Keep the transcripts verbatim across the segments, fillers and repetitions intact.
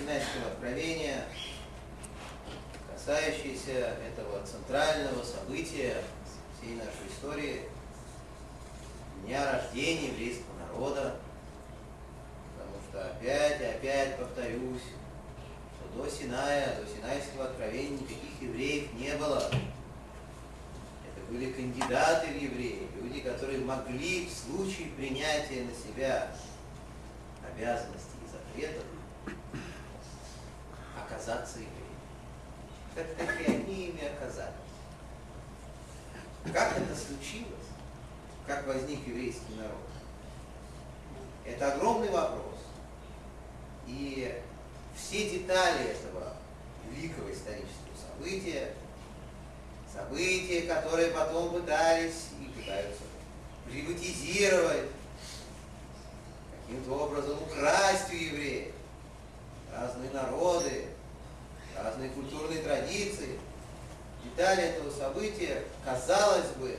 Синайского откровения, касающиеся этого центрального события всей нашей истории, дня рождения еврейского народа. Потому что опять и опять повторюсь, что до Синая, до Синайского откровения никаких евреев не было. Это были кандидаты в евреи, люди, которые могли в случае принятия на себя обязанностей и запретов оказаться евреями. Как так и они ими оказались. Как это случилось? Как возник еврейский народ? Это огромный вопрос. И все детали этого великого исторического события, события, которые потом пытались и пытаются приватизировать, каким-то образом украсть у евреев разные народы, разные культурные традиции. Детали этого события, казалось бы,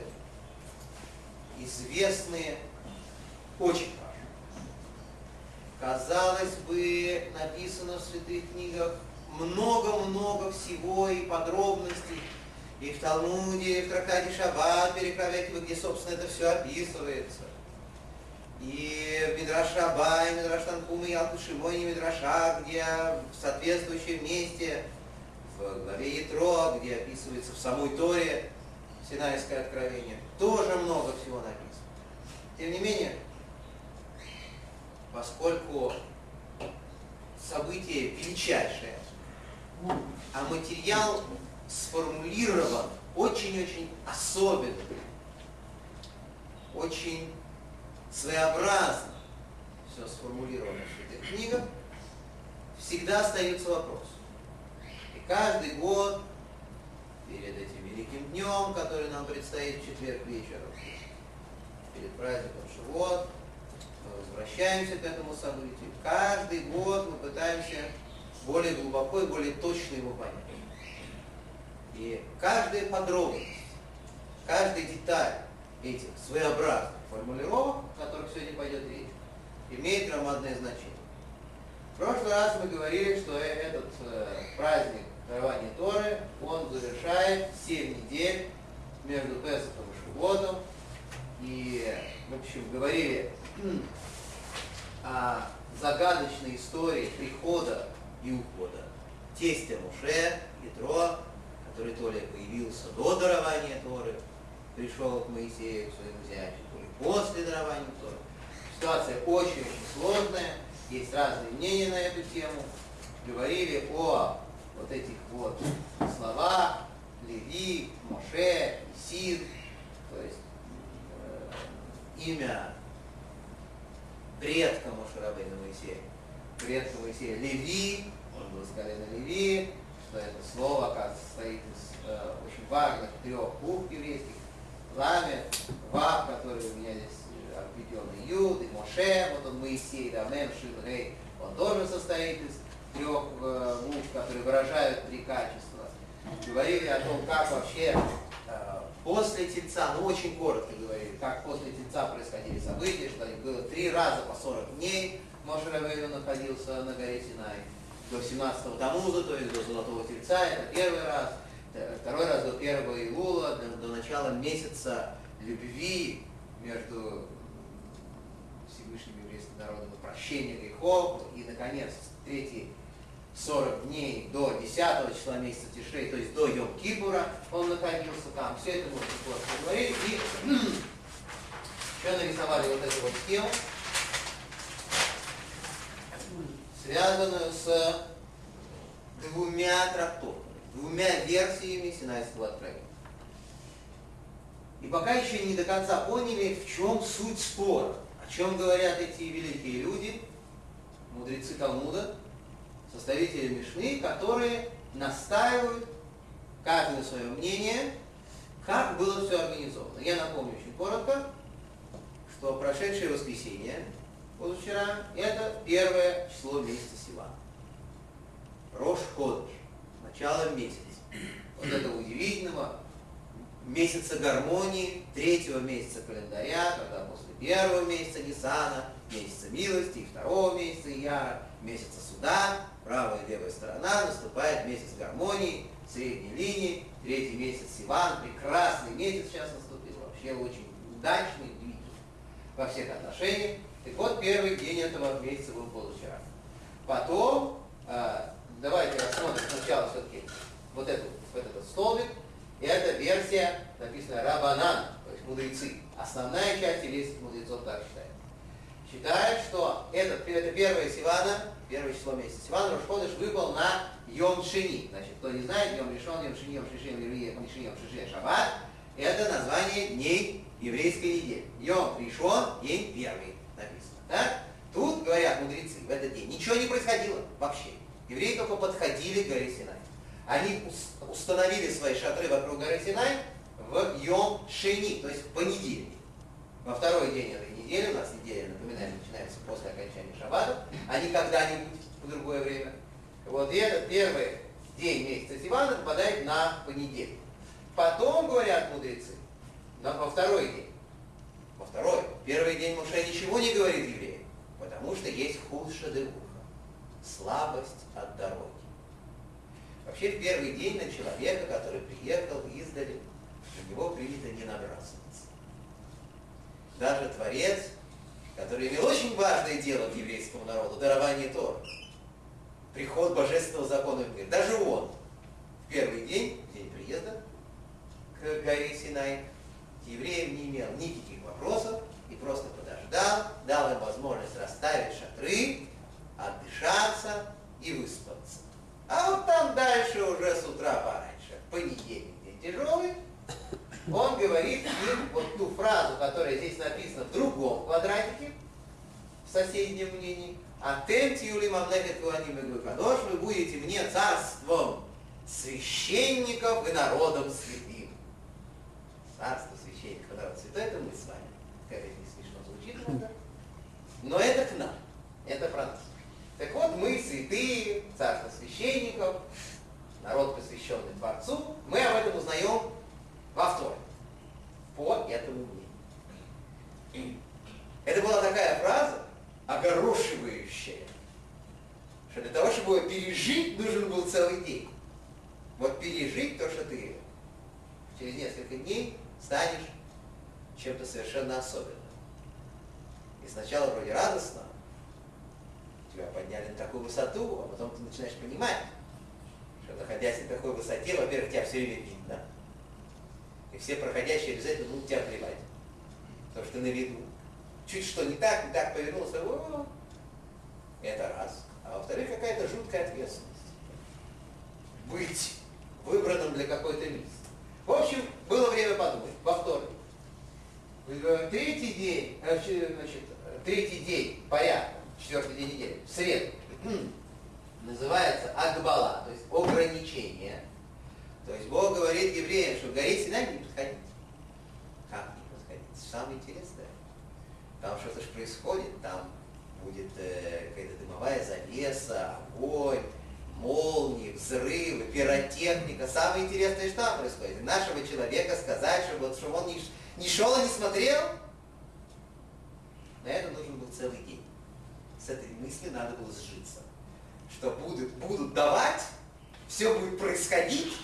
известны очень хорошо. Казалось бы, написано в святых книгах много-много всего и подробностей, и в Талмуде, и в трактате Шаббат, Перекровекива, где, собственно, это все описывается. И в Мидраш Раба, и Мидраш Танхума, и Ялкут Шимони, Мидраша, где в соответствующем месте, в главе Ятро, где описывается в самой Торе Синайское откровение, тоже много всего написано. Тем не менее, поскольку событие величайшее, а материал сформулирован очень-очень особенно, очень своеобразно все сформулировано в этих книгах, всегда остается вопрос. И каждый год, перед этим великим днем, который нам предстоит в четверг вечером, перед праздником Шавуот, мы возвращаемся к этому событию. Каждый год мы пытаемся более глубоко и более точно его понять. И каждая подробность, каждая деталь этих своеобразных формулировок, о которых сегодня пойдет речь, имеет громадное значение. В прошлый раз мы говорили, что этот э, праздник дарования Торы, он завершает семь недель между Песахом и Шавуотом. И мы, в общем, говорили о загадочной истории прихода и ухода тестя Моше, Ятро, который то ли появился до дарования Торы, пришел к Моисею, к своему зятю, то ли после дарования Торы. Ситуация очень-очень сложная, есть разные мнения на эту тему. Говорили о вот этих вот словах Леви, Моше, Исир, то есть э, имя предка Моше Рабейну Моисея, предка Моисея Леви, он был с колена Леви, что это слово, оказывается, состоит из э, очень важных трех букв еврейских: Ламет, Вав, который у меня здесь обведенный Юд, и Моше, вот он Моисей, да, Мем, Шин, Рей, он тоже состоит из трех э, букв, которые выражают три качества. Говорили о том, как вообще э, после Тельца, ну очень коротко говорили, как после Тельца происходили события, что их было три раза по сорок дней Моше Рабейну находился на горе Синай, до семнадцатого Тамуза, то есть до Золотого Тельца, это первый раз. Второй раз до первого Илула, до, до начала месяца любви между Всевышним еврейским народом и прощения грехов. И, наконец, третий сорок дней до десятого числа месяца Тишрей, то есть до Йом-Кипура он находился там. Все это мы очень коротко поговорили. И еще нарисовали вот эту вот схему, связанную с двумя трактовками, двумя версиями Синайского откровения. И пока еще не до конца поняли, в чем суть спора, о чем говорят эти великие люди, мудрецы Талмуда, составители Мишны, которые настаивают каждый на свое мнение, как было все организовано. Я напомню очень коротко, что прошедшее воскресенье, позавчера, это первое число месяца Сиван. Рош Ходыш, начало месяца. Вот этого удивительного, месяца гармонии, третьего месяца календаря, когда после первого месяца Ниссана, месяца милости, и второго месяца Ияра, месяца суда, правая и левая сторона, наступает месяц гармонии, средней линии, третий месяц Сиван, прекрасный месяц сейчас наступил, вообще очень удачный, длительный во всех отношениях. Так вот, первый день этого месяца был позавчера. Потом, э, давайте рассмотрим сначала все-таки вот, эту, вот этот столбик. Это версия, написана Рабанан, то есть мудрецы. Основная часть еврейских мудрецов так считает. Считают, что это, это первое Сивана, первое число месяца Сивана, Рош ходеш выпал на Йом Шини. Значит, кто не знает, Йом Ришон, Йом Шини, Йом Шиши, Йом Леви, Йом Шиши, Йом Шиши, Шаббат. Это название дней еврейской недели. Йом Ришон, день первый написано. Да? Тут, говорят мудрецы, в этот день ничего не происходило вообще. Евреи только подходили к горе Синай. Они установили свои шатры вокруг горы Синай в Йом Шени, то есть в понедельник. Во второй день этой недели, у нас неделя, напоминаю, начинается после окончания шаббата, а не когда-нибудь в другое время. Вот и этот первый день месяца Сивана попадает на понедельник. Потом, говорят мудрецы, на, во второй день. Во второй. Первый день Моше ничего не говорит евреям, потому что есть худша де уха, слабость от дороги. Вообще в первый день на человека, который приехал издали, на него принято не набрасываться. Даже Творец, который имел очень важное дело к еврейскому народу, дарование Торы, приход божественного закона в мир, даже он в первый день, в день приезда к горе Синай, к евреям не имел никаких вопросов и просто подождал, дал им возможность расставить шатры, отдышаться и выспаться. А вот там дальше уже с утра пораньше, понедельник, день тяжелый, он говорит им вот ту фразу, которая здесь написана в другом квадратике, в соседнем мнении. «Атем тиюли мамлекет куаним и гуйкадош», вы будете мне царством священников и народом святым. Царство священников и народ святой, это мы с вами. Как это не смешно звучит иногда. Но это к нам, это про нас. Так вот, мы святые, царство священников, народ, посвященный Творцу, мы об этом узнаем во вторник, по этому мнению. Это была такая фраза, огорошивающая, что для того, чтобы его пережить, нужен был целый день. Вот пережить то, что ты через несколько дней станешь чем-то совершенно особенным. И сначала вроде радостно, тебя подняли на такую высоту, а потом ты начинаешь понимать, что находясь на такой высоте, во-первых, тебя все время видно, и все проходящие обязательно будут тебя плевать, потому что ты на виду. Чуть что не так, не так повернулся, о, это раз. А во-вторых, какая-то жуткая ответственность. Быть выбранным для какой-то миссии. В общем, было время подумать. Во вторник. Третий день, значит, третий день порядка, четвертый день недели, в среду, называется Агбала, то есть ограничение. То есть Бог говорит евреям, что в горе Синай не подходите. Как не подходить? Самое интересное. Там что-то же происходит, там будет э, какая-то дымовая завеса, огонь, молнии, взрывы, пиротехника. Самое интересное, что там происходит. И нашего человека сказать, чтобы, вот, чтобы он не, не шел и не смотрел, на это нужен был целый день. С этой мыслью надо было сжиться. Что будут, будут давать, все будет происходить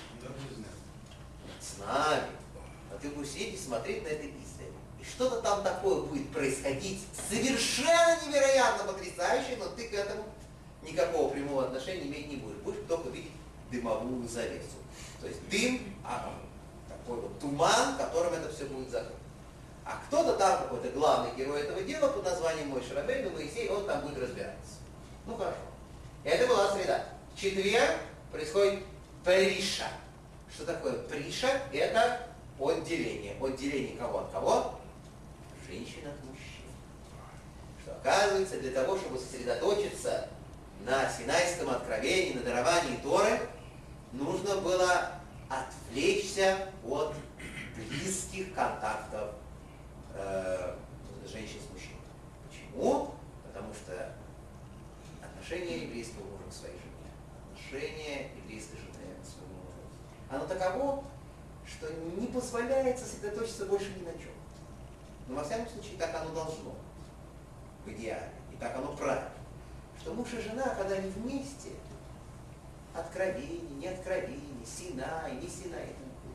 с нами. А ты будешь сидеть и смотреть на это издали. И что-то там такое будет происходить совершенно невероятно потрясающее, но ты к этому никакого прямого отношения иметь не будешь. Будешь только видеть дымовую завесу. То есть дым, а такой вот туман, которым это все будет закрыто. А кто-то там, какой-то главный герой этого дела под названием Моше Рабейну, Моисей, он там будет разбираться. Ну хорошо. Это была среда. В четверг происходит приша. Что такое приша? Это отделение. Отделение кого от кого? Женщин от мужчин. Что оказывается, для того, чтобы сосредоточиться на Синайском откровении, на даровании Торы, нужно было отвлечься от близких контактов э, женщин с мужчиной. Почему? Потому что отношение еврейского мужа к своей жене, отношение еврейской жены к своему мужу, оно таково, что не позволяет сосредоточиться больше ни на чем. Но во всяком случае так оно должно в идеале, и так оно правильно. Что муж и жена, когда они вместе, откровение, не откровение, Синай, не Синай,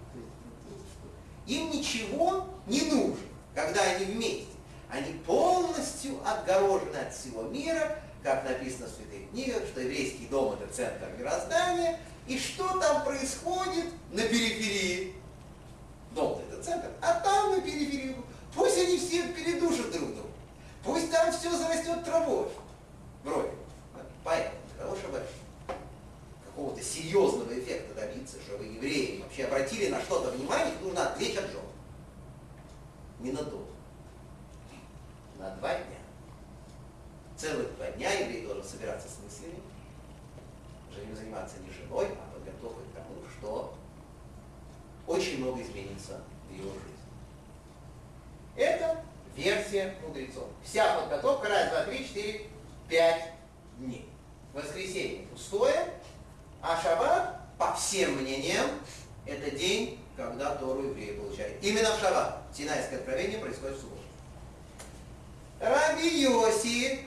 им ничего не нужно, когда они вместе. Они полностью отгорожены от всего мира, как написано в святых книгах, что еврейский дом – это центр мироздания, и что там происходит на периферии? Дом – это центр, а там на периферии. Пусть они все передушат друг друга, пусть там все зарастет травой. Вроде. Поэтому для того, чтобы какого-то серьезного эффекта добиться, чтобы евреи вообще обратили на что-то внимание, их нужно отвлечь от жен. Ненадолго. На два дня. Целых два дня еврей должен собираться с мыслями, уже не заниматься не женой, а подготовкой к тому, что очень много изменится в его жизни. Это версия мудрецов. Вся подготовка раз, два, три, четыре, пять дней. Воскресенье пустое, а шаббат, по всем мнениям, это день, когда Тору евреи получают. Именно в шаббат. Синайское откровение происходит в субботу. Раби Йоси,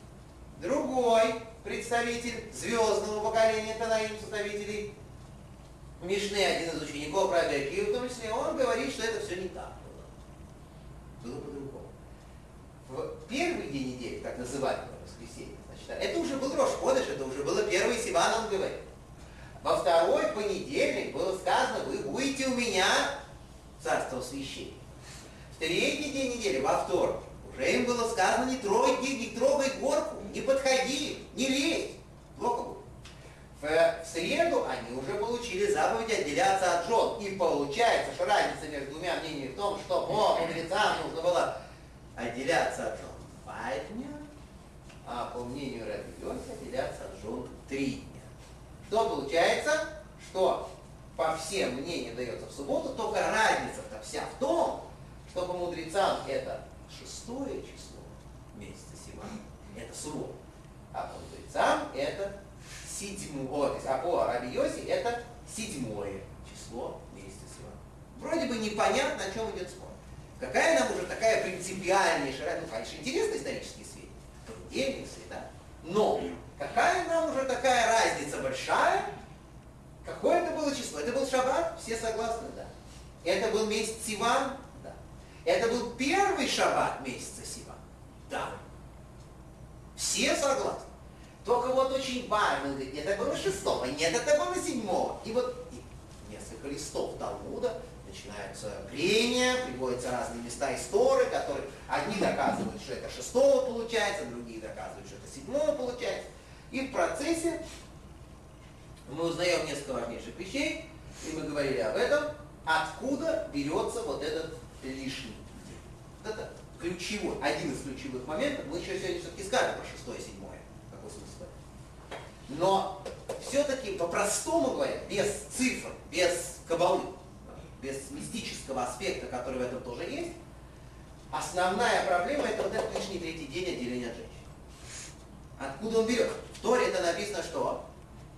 другой представитель звездного поколения Танаим, составителей Мишны, один из учеников Раби Акивы, в том числе, он говорит, что это все не так было. Было по-другому. В первый день недели, так называемое воскресенье, значит, это уже был Рош Ходеш, это уже было первый Сиван, он говорит. Во второй понедельник было сказано, вы будете у меня царство священника. В третий день недели, во вторник, уже им было сказано, не трогай, не трогай горку, не подходи, не лезь. Плохо будет. В, в среду они уже получили заповедь отделяться от жен. И получается, что разница между двумя мнениями в том, что по мудрецам нужно было отделяться от жен два дня, а по мнению Раби Йоси отделяться от жен три дня. Что получается? Что по всем мнениям дается в субботу, только разница-то вся в том, что по мудрецам это шестое число месяца Сиван, это суббота, а по мудрецам это седьмое, то есть, а по Раби Йоси это седьмое число месяца Сиван. Вроде бы непонятно, о чем идет спор. Какая нам уже такая принципиальнейшая, ну, конечно, интересные исторические сведения, понедельник, среда, но какая нам уже такая разница большая, какое это было число? Это был шаббат, все согласны, да. Это был месяц Сиван, да. Это был первый шаббат месяца Сиван, да. Все согласны. Только вот очень важно, говорит, это было шестого, нет, это было седьмого. И вот и несколько листов Талмуда, начинаются прения, приводятся разные места из Торы, которые одни доказывают, что это шестого получается, другие доказывают, что это седьмого получается. И в процессе мы узнаем несколько важнейших вещей, и мы говорили об этом, откуда берется вот этот лишний день. Вот это ключевой, один из ключевых моментов. Мы еще сегодня все-таки скажем про шестое и седьмое. Какой смысл? Но все-таки по-простому говоря, без цифр, без кабалы, без мистического аспекта, который в этом тоже есть, основная проблема это вот этот лишний третий день отделения от женщин. Откуда он берет? В Торе это написано что?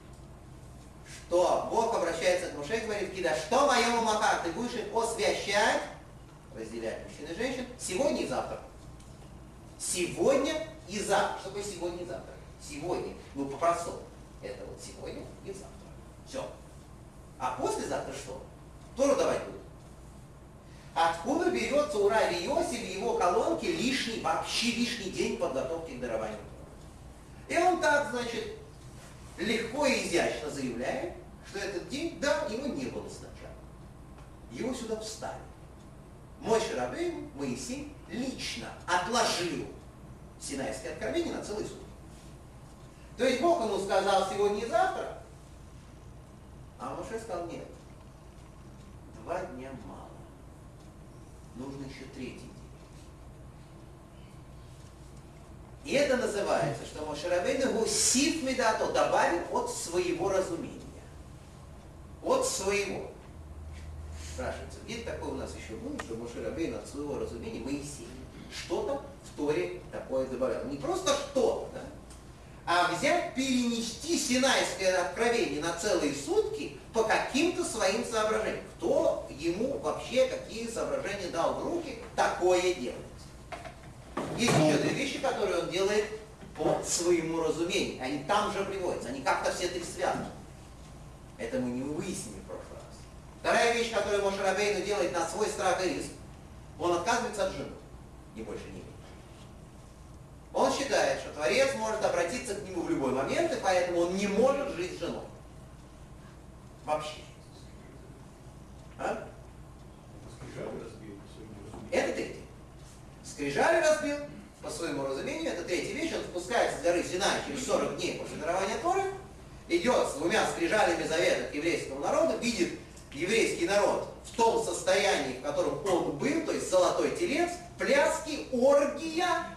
Что Бог обращается к Моше и говорит, Кида, что моему Махар, ты будешь их освящать, разделять мужчин и женщин, сегодня и завтра. Сегодня и завтра. Что такое сегодня и завтра? Сегодня, ну по-простому, это вот сегодня и завтра. Все. А послезавтра что? Тору давать будут. Откуда берется у Раби Йоси в его колонке лишний, вообще лишний день подготовки к дарованию Торы? И он так, значит, легко и изящно заявляет, что этот день, да, его не было сначала. Его сюда вставили. Моше Рабейну, Моисей, лично отложил Синайское откровение на целый суд. То есть Бог ему сказал сегодня и завтра, а Моше сказал нет. Два дня мало. Нужно еще третий день. И это называется, что Моше Рабейну гусиф медато, добавил от своего разумения. От своего. Спрашивается, где такое у нас еще было, что Моше Рабейну от своего разумения Моисей что-то в Торе такое добавлял. Не просто что-то, да? а взять, перенести Синайское откровение на целые сутки по каким-то своим соображениям. Кто ему вообще какие соображения дал в руки такое делать? Есть еще две вещи, которые он делает по своему разумению. Они там же приводятся, они как-то все три связаны. Это мы не выяснили в прошлый раз. Вторая вещь, которую Моше Рабейну делает на свой страх и риск. Он отказывается от жены, ни больше, ни меньше. Он считает, что Творец может обратиться к нему в любой момент, и поэтому он не может жить с женой. Вообще. А? Это третье. Скрижали разбил по своему разумению, это третья вещь. Он спускается с горы Синай через сорок дней после дарования Торы, идет с двумя скрижалями завета к еврейскому народу, видит еврейский народ в том состоянии, в котором он был, то есть золотой телец, пляски, оргия.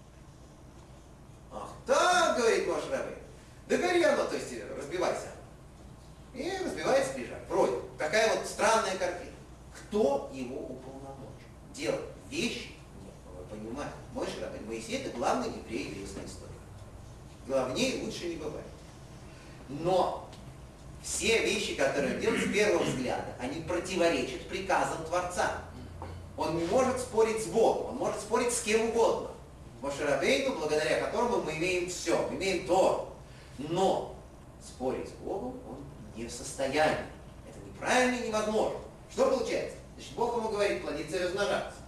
Ах так, говорит Моше Рабейну, да гори оно, то есть разбивайся. И разбивается скрижаль. Вроде. Такая вот странная картина. Кто его уполномочил делать вещи? Нет, ну вы понимаете, Моше Рабейну, Моисей — это главный еврей еврейской истории. Главнее лучше не бывает. Но все вещи, которые он делает с первого взгляда, они противоречат приказам Творца. Он не может спорить с Богом, он может спорить с кем угодно. Моше Рабейну, благодаря которому мы имеем все, мы имеем то. Но спорить с Богом он не в состоянии. Это неправильно и невозможно. Что получается? Значит, Бог ему говорит плодиться и размножаться.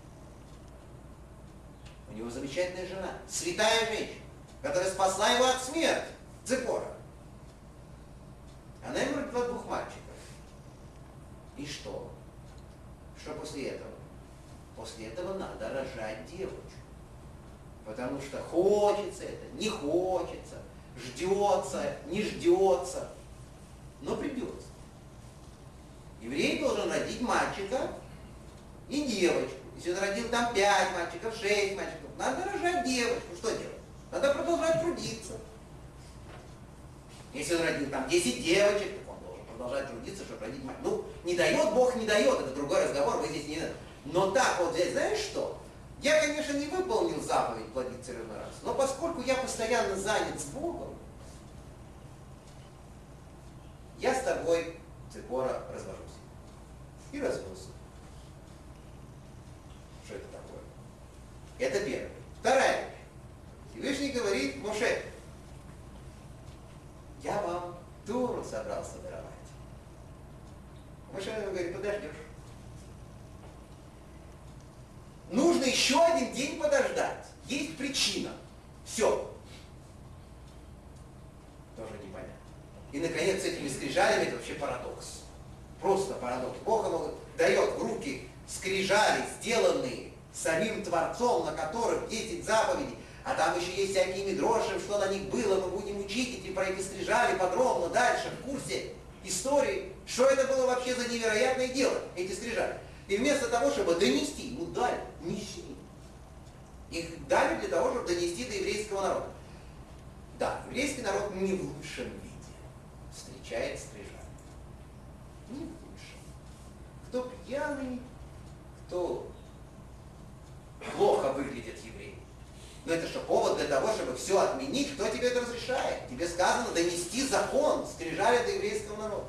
У него замечательная жена, святая женщина, которая спасла его от смерти, Ципора. Она ему родила двух мальчиков. И что? Что после этого? После этого надо рожать девочку. Потому что хочется это, не хочется, ждется, не ждется, но придется. Еврей должен родить мальчика и девочку. Если он родил там пять мальчиков, шесть мальчиков, надо рожать девочку. Что делать? Надо продолжать трудиться. Если он родил там десять девочек, так он должен продолжать трудиться, чтобы родить мальчика. Ну, не дает Бог, не дает, это другой разговор, вы здесь не... Но так вот взять, знаешь что? Я, конечно, не выполнил заповедь плодиться и размножаться, но поскольку я постоянно занят с Богом, я с тобой, Ципора, развожусь. И развелся. Что это такое? Это первое. Вторая вещь. Всевышний говорит: Моше, я вам Тору собрался даровать. Моше говорит: подождешь. Нужно еще один день подождать. Есть причина. Все. Тоже непонятно. И, наконец, с этими скрижалями это вообще парадокс. Просто парадокс. Бог ему дает в руки скрижали, сделанные самим Творцом, на которых десять заповедей, а там еще есть всякие мидроши, что на них было, мы будем учить эти про эти скрижали подробно дальше, в курсе истории, что это было вообще за невероятное дело, эти скрижали. И вместо того, чтобы донести, ему дали, неси. Их дали для того, чтобы донести до еврейского народа. Да, еврейский народ не в лучшем виде встречает скрижали. Не в лучшем. Кто пьяный, кто плохо выглядит еврей. Но это что, повод для того, чтобы все отменить? Кто тебе это разрешает? Тебе сказано донести закон, скрижали до еврейского народа.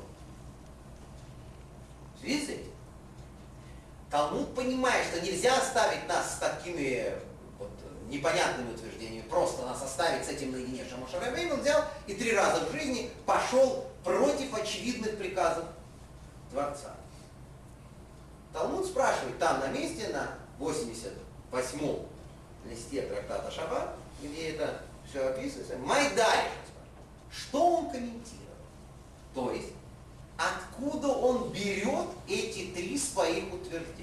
Видите? Талмуд понимает, что нельзя оставить нас с такими вот непонятными утверждениями, просто нас оставить с этим наедине. Что Моше Рабейну взял и три раза в жизни пошел против очевидных приказов Творца. Талмуд спрашивает там на месте, на восемьдесят восьмом листе трактата Шаббат, где это все описывается, Майдай, что он комментировал? То есть, откуда он берет эти три своих утверждения?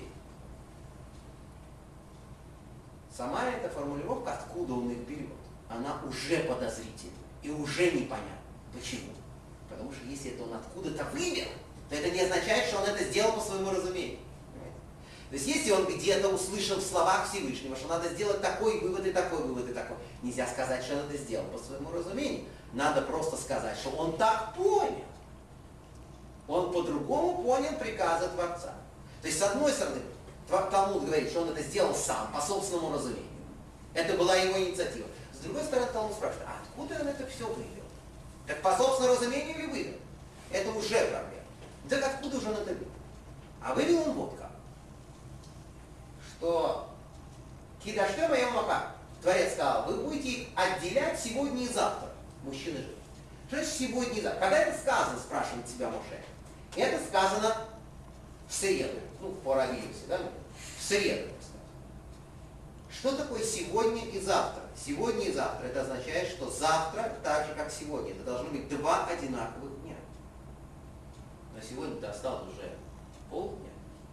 Сама эта формулировка, откуда он их берет, она уже подозрительна и уже непонятна. Почему? Потому что если это он откуда-то вывел, то это не означает, что он это сделал по своему разумению. То есть если он где-то услышал в словах Всевышнего, что надо сделать такой вывод и такой вывод и такой, нельзя сказать, что он это сделал по своему разумению. Надо просто сказать, что он так понял. Он по-другому понял приказы Творца. То есть, с одной стороны, Талмуд говорит, что он это сделал сам, по собственному разумению. Это была его инициатива. С другой стороны, Талмуд спрашивает, а откуда он это все вывел? Так по собственному разумению ли вывел? Это уже проблема. Так откуда же он это вывел? А вывел он вот как. Что Кидаштем и Маха, Творец сказал, вы будете их отделять сегодня и завтра, мужчин и женщин. Что значит сегодня и завтра? Когда это сказано, спрашивает себя Моше? Это сказано в среду, ну, по Равиусе, да? В среду. Что такое сегодня и завтра? Сегодня и завтра. Это означает, что завтра так же, как сегодня. Это должны быть два одинаковых дня. Но сегодня-то осталось уже полдня.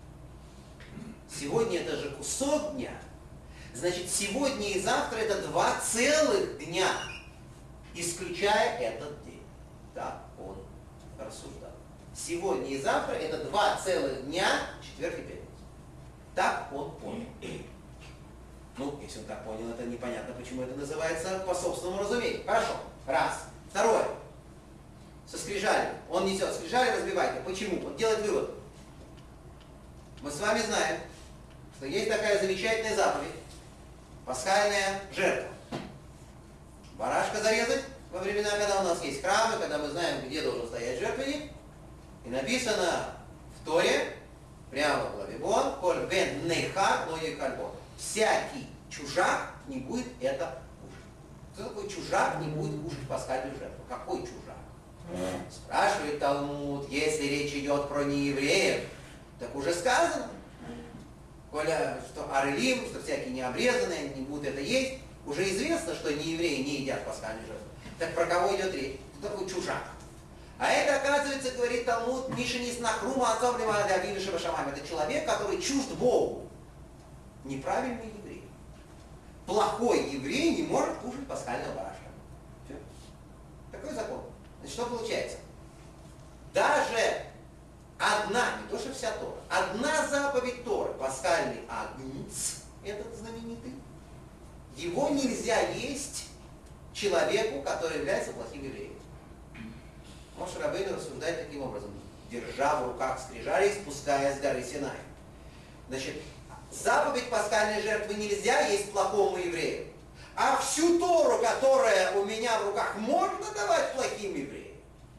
Сегодня это же кусок дня. Значит, сегодня и завтра это два целых дня, исключая этот день. Так он рассуждал. Сегодня и завтра это два целых дня, четверг и пятница. Так он понял. Ну, если он так понял, это непонятно, почему это называется по собственному разумению. Хорошо. Раз. Второе. Со скрижалью. Он несет скрижали, разбивайте. Почему? Он делает вывод. Мы с вами знаем, что есть такая замечательная заповедь. Пасхальная жертва. Барашка зарезать во времена, когда у нас есть храмы, когда мы знаем, где должен стоять жертвенник. И написано в Торе, прямо в главе Бон, «Коль бен нейхар, но и кальбон». Всякий чужак не будет это кушать. Кто такой чужак не будет кушать пасхальную жертву? Какой чужак? Спрашивает Талмуд, если речь идет про неевреев, так уже сказано, коля, что орлим, что всякие необрезанные не будут это есть, уже известно, что неевреи не едят пасхальную жертву. Так про кого идет речь? Кто такой чужак? А это, оказывается, говорит Талмуд, Мишенис нахрума отцом лимадавивишева шамами. Это человек, который чужд Богу. Неправильный еврей. Плохой еврей не может кушать пасхального барашка. Все. Такой закон. Значит, что получается? Даже одна, не то что вся Тора, одна заповедь Торы, пасхальный агнец, этот знаменитый, его нельзя есть человеку, который является плохим евреем. Моше Рабейну рассуждает таким образом, держа в руках скрижали, спускаясь с горы Синай. Значит, заповедь пасхальной жертвы нельзя есть плохому еврею. А всю Тору, которая у меня в руках, можно давать плохим евреям?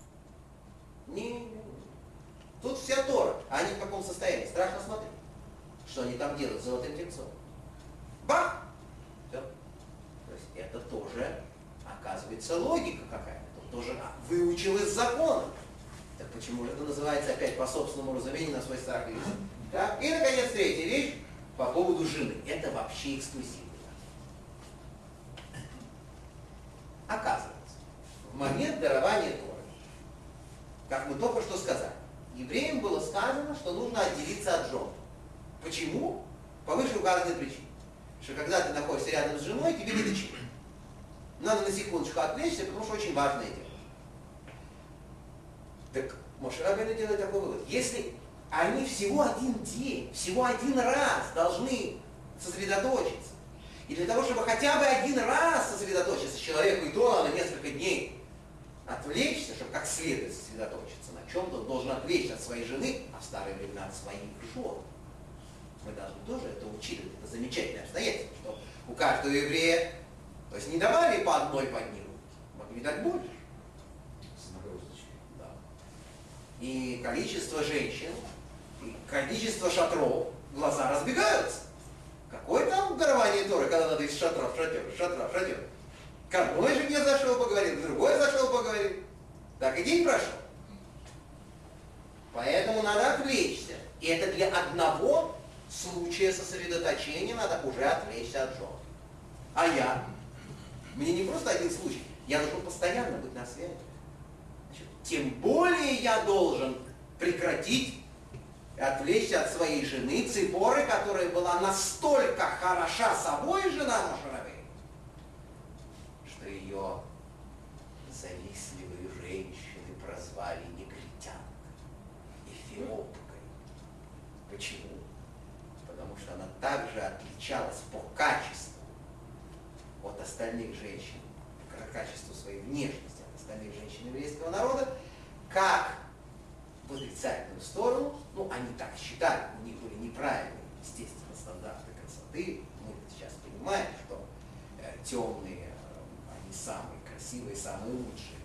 Не. Тут вся Тора. А они в каком состоянии? Страшно смотреть. Что они там делают с золотым тельцом? Бах! Все. То есть это тоже, оказывается, логика какая-то. Тоже выучил из закона. Так почему же это называется опять по собственному разумению на свой страх и риск? Так? И, наконец, третья вещь по поводу жены. Это вообще эксклюзивно. Оказывается, в момент дарования Торы, как мы только что сказали, евреям было сказано, что нужно отделиться от жен. Почему? По вышеуказанной причине. Что когда ты находишься рядом с женой, тебе не до чего. Надо на секундочку отвлечься, потому что очень важное дело. Так Моше Рабейну делает такой вывод. Если они всего один день, всего один раз должны сосредоточиться, и для того, чтобы хотя бы один раз сосредоточиться человеку, и то на несколько дней отвлечься, чтобы как следует сосредоточиться на чем-то, он должен отвлечься от своей жены, а в старые времена от своих жен. Мы должны тоже это учитывать, это замечательное обстоятельство, что у каждого еврея, то есть не давали по одной по одни руки, могли дать больше. Да. И количество женщин, и количество шатров, глаза разбегаются. Какое там дарование Торы, когда надо из шатра в шатер, шатра в шатер. К одной жене зашел поговорил, к другой зашел поговорил. Так и день прошел. Поэтому надо отвлечься. И это для одного случая сосредоточения надо уже отвлечься от жен. А я? Мне не просто один случай. Я должен постоянно быть на связи. Значит, тем более я должен прекратить и отвлечься от своей жены Ципоры, которая была настолько хороша собой, жена Моше Рабейну, что ее завистливые женщины прозвали негритянкой, эфиопкой. Почему? Потому что она также отличалась по качеству от остальных женщин, по качеству своей внешности от остальных женщин еврейского народа, как в отрицательную сторону, ну, они так считали, у них были неправильные, естественно, стандарты красоты. Мы сейчас понимаем, что э, темные красивые, самые лучшие.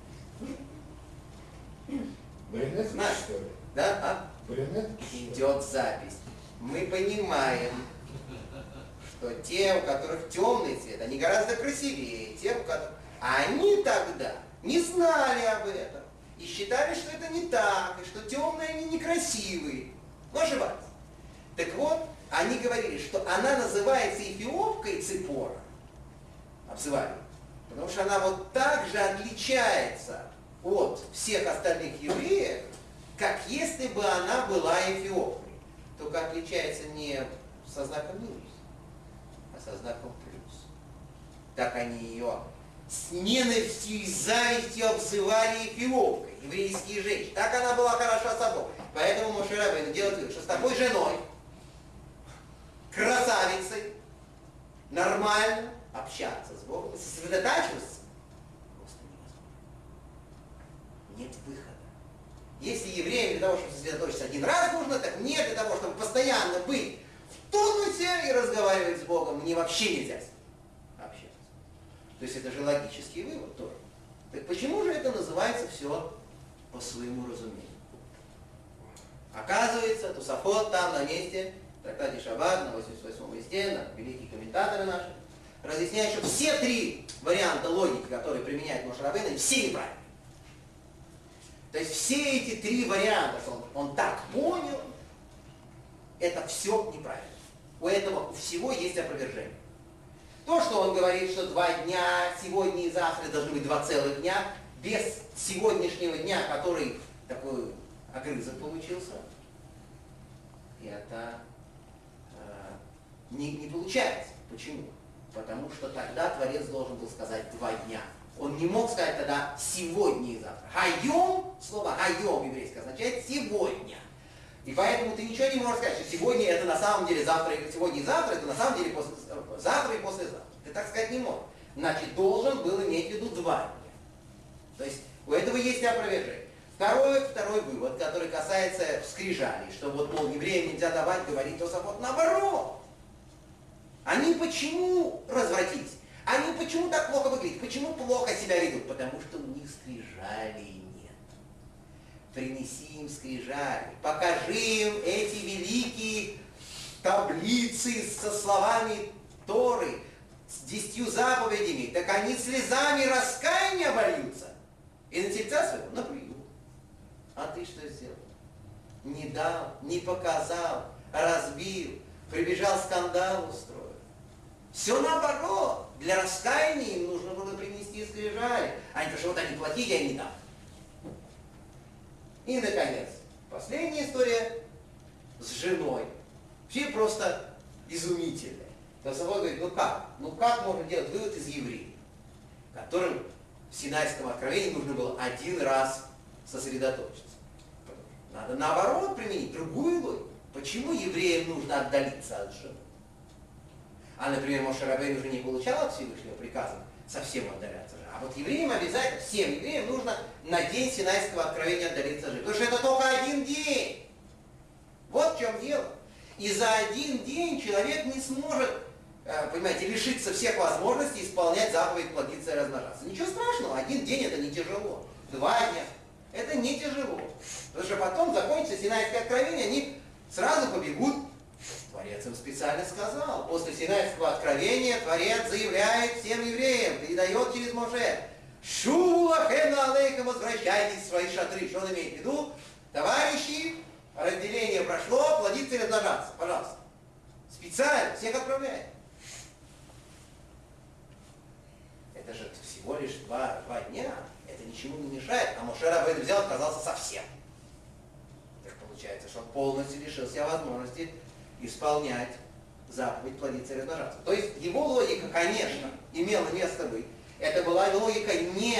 Брюнетки, Знаешь, что ли? Да? А? Брюнетки, что ли? Идет запись. Мы понимаем, что те, у которых темный цвет, они гораздо красивее тех, у которых... А они тогда не знали об этом и считали, что это не так, и что темные они некрасивые. Но ошибались. Так вот, они говорили, что она называется эфиопкой Ципора, обзывали, потому что она вот так же отличается от всех остальных евреев, как если бы она была эфиопкой. Только отличается не со знаком минус, а со знаком плюс. Так они ее с ненавистью и завистью обзывали эфиопкой, еврейские женщины. Так она была хороша собой. Поэтому Моше Рабейну делает вывод, что с такой женой, красавицей, нормально общаться с Богом, сосредотачиваться просто невозможно. Нет выхода. Если евреям для того, чтобы сосредоточиться один раз нужно, так мне для того, чтобы постоянно быть в тонусе и разговаривать с Богом, мне вообще нельзя с ним общаться. То есть это же логический вывод тоже. Так почему же это называется все по своему разумению? Оказывается, Тосафот там на месте, в трактате Шаббат, на восемьдесят восьмом листе, на великие комментаторы наши, разъясняют, что все три варианта логики, которые применяет Моше Рабейну, они все неправильные. То есть все эти три варианта, что он, он так понял, это все неправильно. У этого у всего есть опровержение. То, что он говорит, что два дня, сегодня и завтра должны быть два целых дня, без сегодняшнего дня, который такой огрызок получился, это э, не, не получается. Почему? Потому что тогда Творец должен был сказать два дня. Он не мог сказать тогда сегодня и завтра. Хайом, слово хайом еврейское означает сегодня. И поэтому ты ничего не можешь сказать, что сегодня это на самом деле завтра, сегодня и завтра, это на самом деле после, завтра и послезавтра. Ты так сказать не можешь. Значит, должен был иметь в виду два дня. То есть у этого есть опровержение. Второй, второй вывод, который касается скрижалей, что вот, мол, евреям нельзя давать говорить Тосафот наоборот. Они почему развратились? Они почему так плохо выглядят? Почему плохо себя ведут? Потому что у них скрижалей нет. Принеси им скрижали, покажи им эти великие таблицы со словами Торы, с десятью заповедями, так они слезами раскаяния обольются и на тельца своего наплюют. А ты что сделал? Не дал, не показал, разбил, прибежал, скандал устроил. Все наоборот. Для раскаяния им нужно было принести скрижали. Они говорят, вот они плохие, я не дам. И, наконец, последняя история с женой. Вообще просто изумительная. Тосафот говорит, ну как? Ну как можно делать вывод из евреев, которым в Синайском откровении нужно было один раз сосредоточиться? Надо наоборот применить другую логику. Почему евреям нужно отдалиться от жены? А, например, Моше Рабейну уже не получал от Всевышнего приказа совсем отдаляться же. А вот евреям обязательно, всем евреям нужно на день Синайского откровения отдалиться от жены. Потому что это только один день. Вот в чем дело. И за один день человек не сможет, понимаете, лишиться всех возможностей исполнять заповедь плодиться и размножаться. Ничего страшного, один день это не тяжело. Два дня это не тяжело. Потому что потом закончится Синайское откровение, они сразу побегут. Творец им специально сказал. После Синайского откровения Творец заявляет всем евреям, передает через Моше: «Шуву лахем алейкам, возвращайтесь в свои шатры». Что он имеет в виду? Товарищи, разделение прошло, плодиться и размножаться. Пожалуйста. Специально всех отправляет. Это же всего лишь два, два дня. Это ничему не мешает. А Моше Рабейну взял и отказался совсем. Так получается, что он полностью лишил себя возможности исполнять заповедь плодиться и размножаться. То есть его логика, конечно, имела место быть. Это была логика не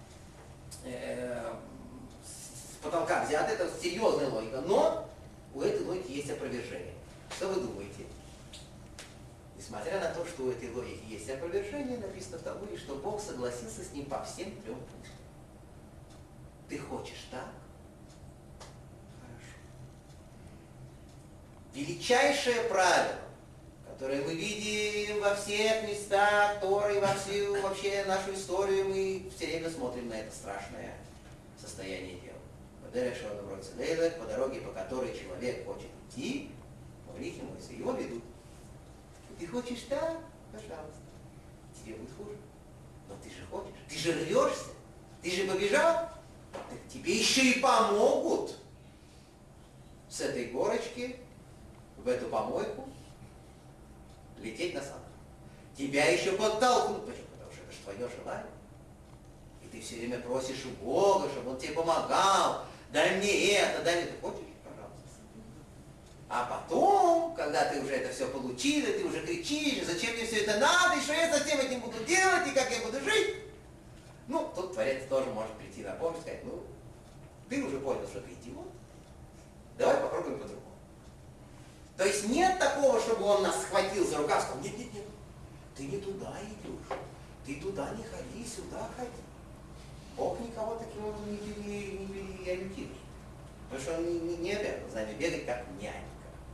э, с потолка взята, это серьезная логика, но у этой логики есть опровержение. Что вы думаете? Несмотря на то, что у этой логики есть опровержение, написано в Талмуде, что Бог согласился с ним по всем трем пунктам. Ты хочешь так? Хорошо. Величайшее правило, которое мы видим во всех местах Торы, во всю вообще нашу историю, мы все время смотрим на это страшное состояние дел. По дороге, по которой человек хочет идти, Морихи Мойсы, его ведут. Ты хочешь так? Пожалуйста. Тебе будет хуже. Но ты же хочешь. Ты же рвешься. Ты же побежал. Так тебе еще и помогут с этой горочки в эту помойку лететь на санках. Тебя еще подтолкнут. Почему? Потому что это же твое желание. И ты все время просишь у Бога, чтобы Он тебе помогал. Дай мне это, дай мне. Ты хочешь? Пожалуйста. А потом, когда ты уже это все получил, и ты уже кричишь, зачем мне все это надо, и что я со всем этим буду делать, и как я буду жить, ну, тут Творец тоже может прийти на помощь и сказать, ну, ты уже понял, что ты идиот, давай попробуем по-другому. То есть нет такого, чтобы он нас схватил за рукав и сказал, нет, нет, нет, ты не туда идешь, ты туда не ходи, сюда ходи. Бог никого таким образом не, не, не, не ориентирует. Потому что он не, не, не обязан с нами бегать, как нянька.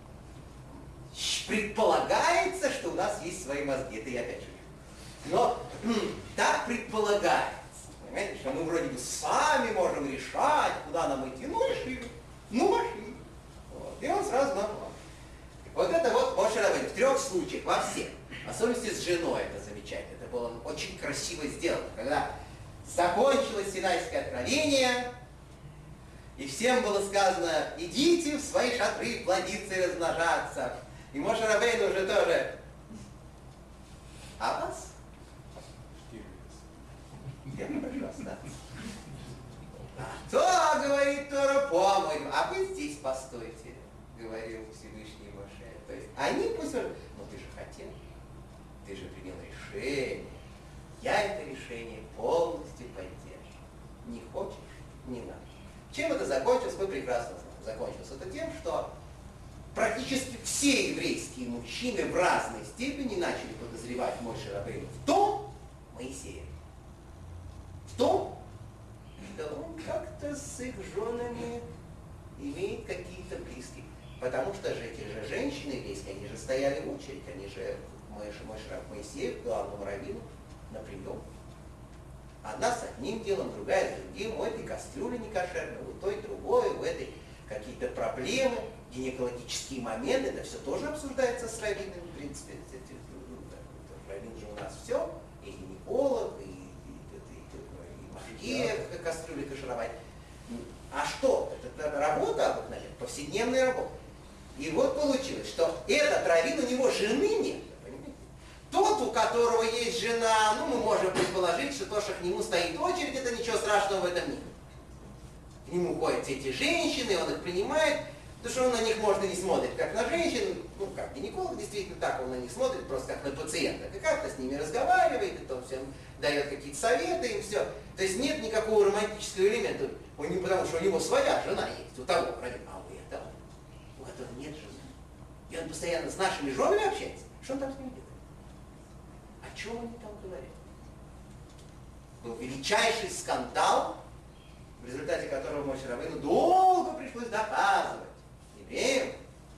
Предполагается, что у нас есть свои мозги, это я опять же. Но так предполагается, понимаете, что мы вроде бы сами можем решать, куда нам идти. Ну, решили, ну, пошли. Вот. И он сразу нам помог. Вот это вот Моше Рабейну в трех случаях, во всех. В особенности с женой это замечательно. Это было очень красиво сделано, когда закончилось Синайское откровение, и всем было сказано, идите в свои шатры плодиться и размножаться. И Моше Рабейну уже тоже. А вас? Я прошу остаться. А то, говорит Тора, помой, а вы здесь постойте, говорил Всевышний Моше. То есть они пусть... Ну ты же хотел, ты же принял решение. Я это решение полностью поддерживаю. Не хочешь, не надо. Чем это закончилось, мы прекрасно знаем. Закончилось это тем, что практически все еврейские мужчины в разной степени начали подозревать Моше Рабейну в том, Моисея, в том, что он как-то с их женами имеет какие-то близкие. Потому что же эти же женщины еврейские, они же стояли в очередь, они же Моше Моисею, главному раввину, на прием. Одна с одним делом, другая с другим, у этой кастрюли некошерной, у той другой, у этой какие-то проблемы, гинекологические моменты, это все тоже обсуждается с раввином, в принципе. Раввин же у нас все, и гинеколог, и, и, и, и, и мажье кастрюли кашировать. А что? Это, это работа обыкновенная, повседневная работа. И вот получилось, что этот раввин, у него жены нет. Тот, у которого есть жена, ну, мы можем предположить, что то, что к нему стоит очередь, это ничего страшного в этом нет. К нему ходят все эти женщины, он их принимает, потому что он на них, может, и не смотрит, как на женщин, ну, как гинеколог, действительно, так он на них смотрит, просто как на пациентов, и как-то с ними разговаривает, и то всем дает какие-то советы, и все. То есть нет никакого романтического элемента, он не потому, что у него своя жена есть, у того, а у этого, у этого нет жены. И он постоянно с нашими женами общается, что он там с ними делает? О чем они там говорят? Был величайший скандал, в результате которого Моше Рабейну долго пришлось доказывать евреям,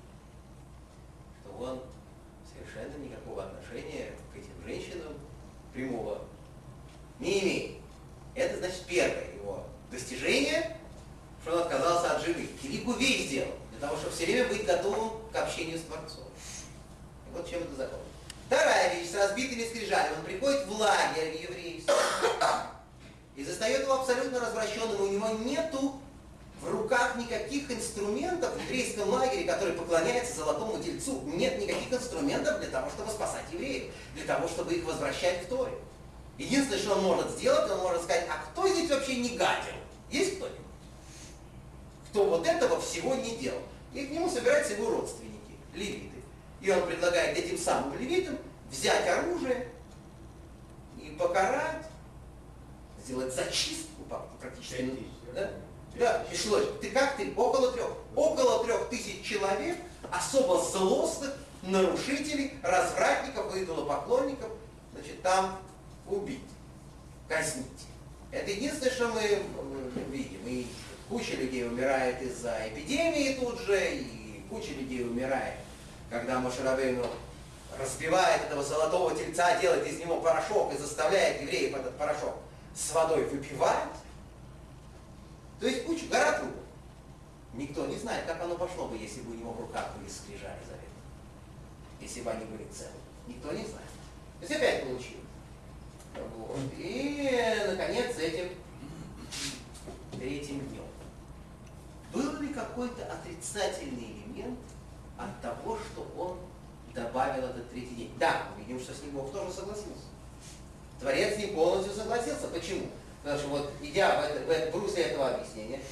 что он совершенно никакого отношения к этим женщинам прямого не имеет. Это значит первое его достижение, что он отказался от жены. Великую вещь сделал, для того, чтобы все время быть готовым к общению с Творцом. И вот чем это закончилось. Вторая вещь, с разбитыми скрижалями. Он приходит в лагерь еврейский и застает его абсолютно развращенным. У него нету в руках никаких инструментов в еврейском лагере, который поклоняется золотому тельцу. Нет никаких инструментов для того, чтобы спасать евреев, для того, чтобы их возвращать в Торе. Единственное, что он может сделать, он может сказать, а кто здесь вообще не гадил? Есть кто-нибудь? Кто вот этого всего не делал? И к нему собираются его родственники, левиты. И он предлагает этим самым левитам взять оружие и покарать, сделать зачистку практически. Да? Да, и шло. Ты как ты? Около трех. Около трех тысяч человек, особо злостных, нарушителей, развратников, идолопоклонников, значит, там убить, казнить. Это единственное, что мы видим. И куча людей умирает из-за эпидемии тут же, и куча людей умирает, когда Моше Рабейну разбивает этого золотого тельца, делает из него порошок и заставляет евреев этот порошок с водой выпивать. То есть куча, гора трупов. Никто не знает, как оно пошло бы, если бы у него в руках были скрижали завета. Если бы они были целы. Никто не знает. То есть опять получилось. Вот. И, наконец, этим третьим днем. Был ли какой-то отрицательный элемент от того, что он добавил этот третий день? Да, мы видим, что с ним Бог тоже согласился. Творец с ним полностью согласился. Почему? Потому что вот, идя в, это, в, это, в русле этого объяснения,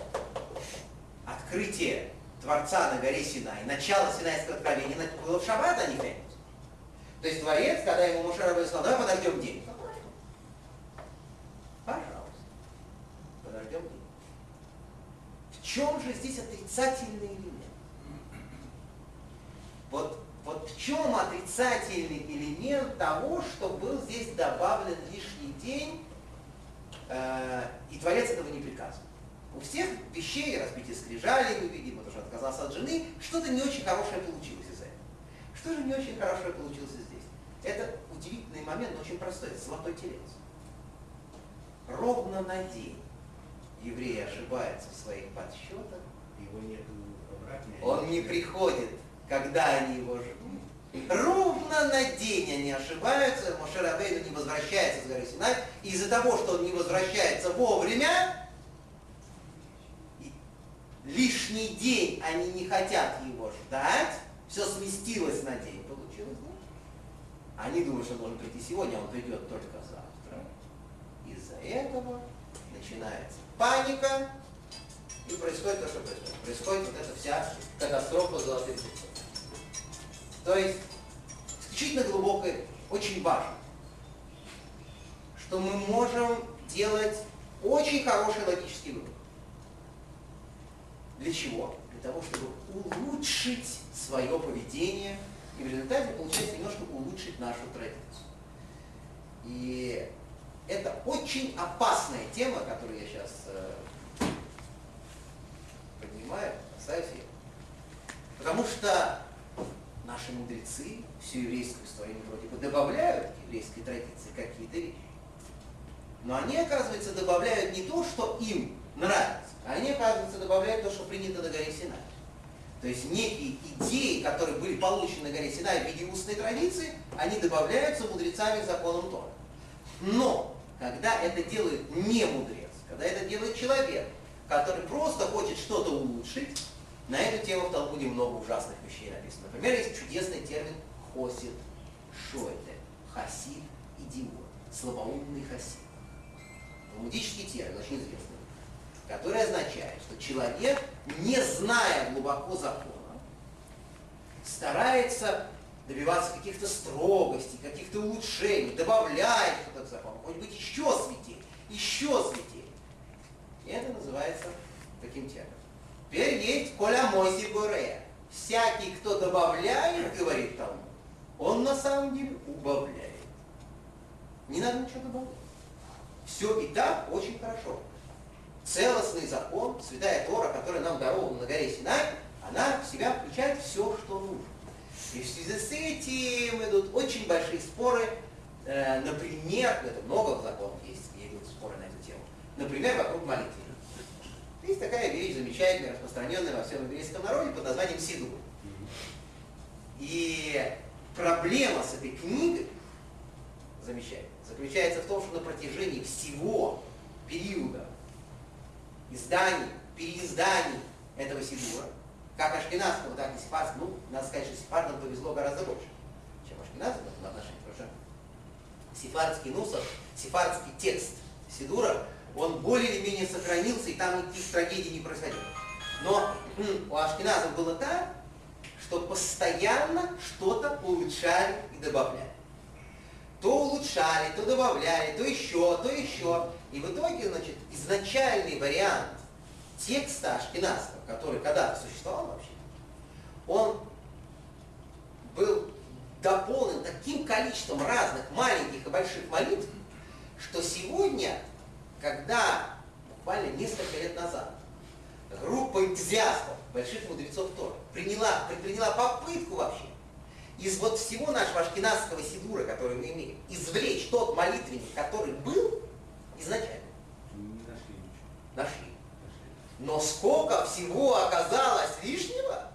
открытие Творца на горе Синай, начало Синайского откровения было в шаббат, а не в пятницу. То есть Творец, когда ему Моше Рабейну сказал, давай подождем день. Пожалуйста, подождем день. В чем же здесь отрицательный элемент? Вот, вот в чем отрицательный элемент того, что был здесь добавлен лишний день, э, и Творец этого не приказывал? У всех вещей, разбитие скрижали, мы видим, потому что он отказался от жены, что-то не очень хорошее получилось из-за этого. Что же не очень хорошее получилось здесь? Это удивительный момент, но очень простой. Это золотой телец. Ровно на день евреи ошибаются в своих подсчетах. Его нет обратно. Он не приходит, когда они его ждут. Ровно на день они ошибаются, Моше Рабейну не возвращается с горы Синай. Из-за того, что он не возвращается вовремя, лишний день они не хотят его ждать, все сместилось на день, получилось, да? Они думают, что он должен прийти сегодня, а он придет только завтра. Из-за этого начинается паника, и происходит то, что происходит. Происходит вот эта вся катастрофа золотых тельцов. То есть, исключительно глубокое, очень важно, что мы можем делать очень хороший логический вывод. Для чего? Для того, чтобы улучшить свое поведение и в результате, получается, немножко улучшить нашу традицию. И это очень опасная тема, которую я сейчас э, поднимаю, касаюсь ее. Потому что наши мудрецы всю еврейскую историю вроде бы добавляют к еврейской традиции какие-то вещи. Но они, оказывается, добавляют не то, что им нравится, а они, оказывается, добавляют то, что принято на горе Синай. То есть некие идеи, которые были получены на горе Синай в виде устной традиции, они добавляются мудрецами к законам Торы. Но, когда это делает не мудрец, когда это делает человек, который просто хочет что-то улучшить, на эту тему в Талмуде много ужасных вещей написано. Например, есть чудесный термин хосид шойте, хасид, идиот, слабоумный хасид. Талмудический термин, очень известный, который означает, что человек, не зная глубоко закона, старается добиваться каких-то строгостей, каких-то улучшений, добавляет что-то к закону, может быть еще святее, еще святее. И это называется таким термином. Теперь есть коля моси буре. Всякий, кто добавляет, говорит Талмуд, он на самом деле убавляет. Не надо ничего добавлять. Все и так очень хорошо. Целостный закон, святая Тора, которая нам дарована на горе Синай, она в себя включает все, что нужно. И в связи с этим идут очень большие споры, э, например, это много законов есть, где идут споры на эту тему, например, вокруг молитвы. Есть такая вещь замечательная, распространенная во всем еврейском народе под названием сидур. И проблема с этой книгой, замечательно, заключается в том, что на протяжении всего периода изданий, переизданий этого сидура, как ашкеназского, так и сефардского, ну, надо сказать, что сефардам повезло гораздо больше, чем ашкеназам в этом отношении, потому что сефардский нусах, сефардский текст сидура, он более или менее сохранился, и там никаких трагедий не происходило. Но м, у ашкеназов было так, что постоянно что-то улучшали и добавляли. То улучшали, то добавляли, то еще, то еще. И в итоге, значит, изначальный вариант текста ашкеназского, который когда-то существовал вообще, он был дополнен таким количеством разных маленьких и больших молитв, что сегодня, когда буквально несколько лет назад группа энтузиастов, больших мудрецов Торы, приняла, предприняла попытку вообще из вот всего нашего ашкеназского сидура, который мы имеем, извлечь тот молитвенник, который был изначально. Не нашли ничего. Нашли. Нашли. Но сколько всего оказалось лишнего?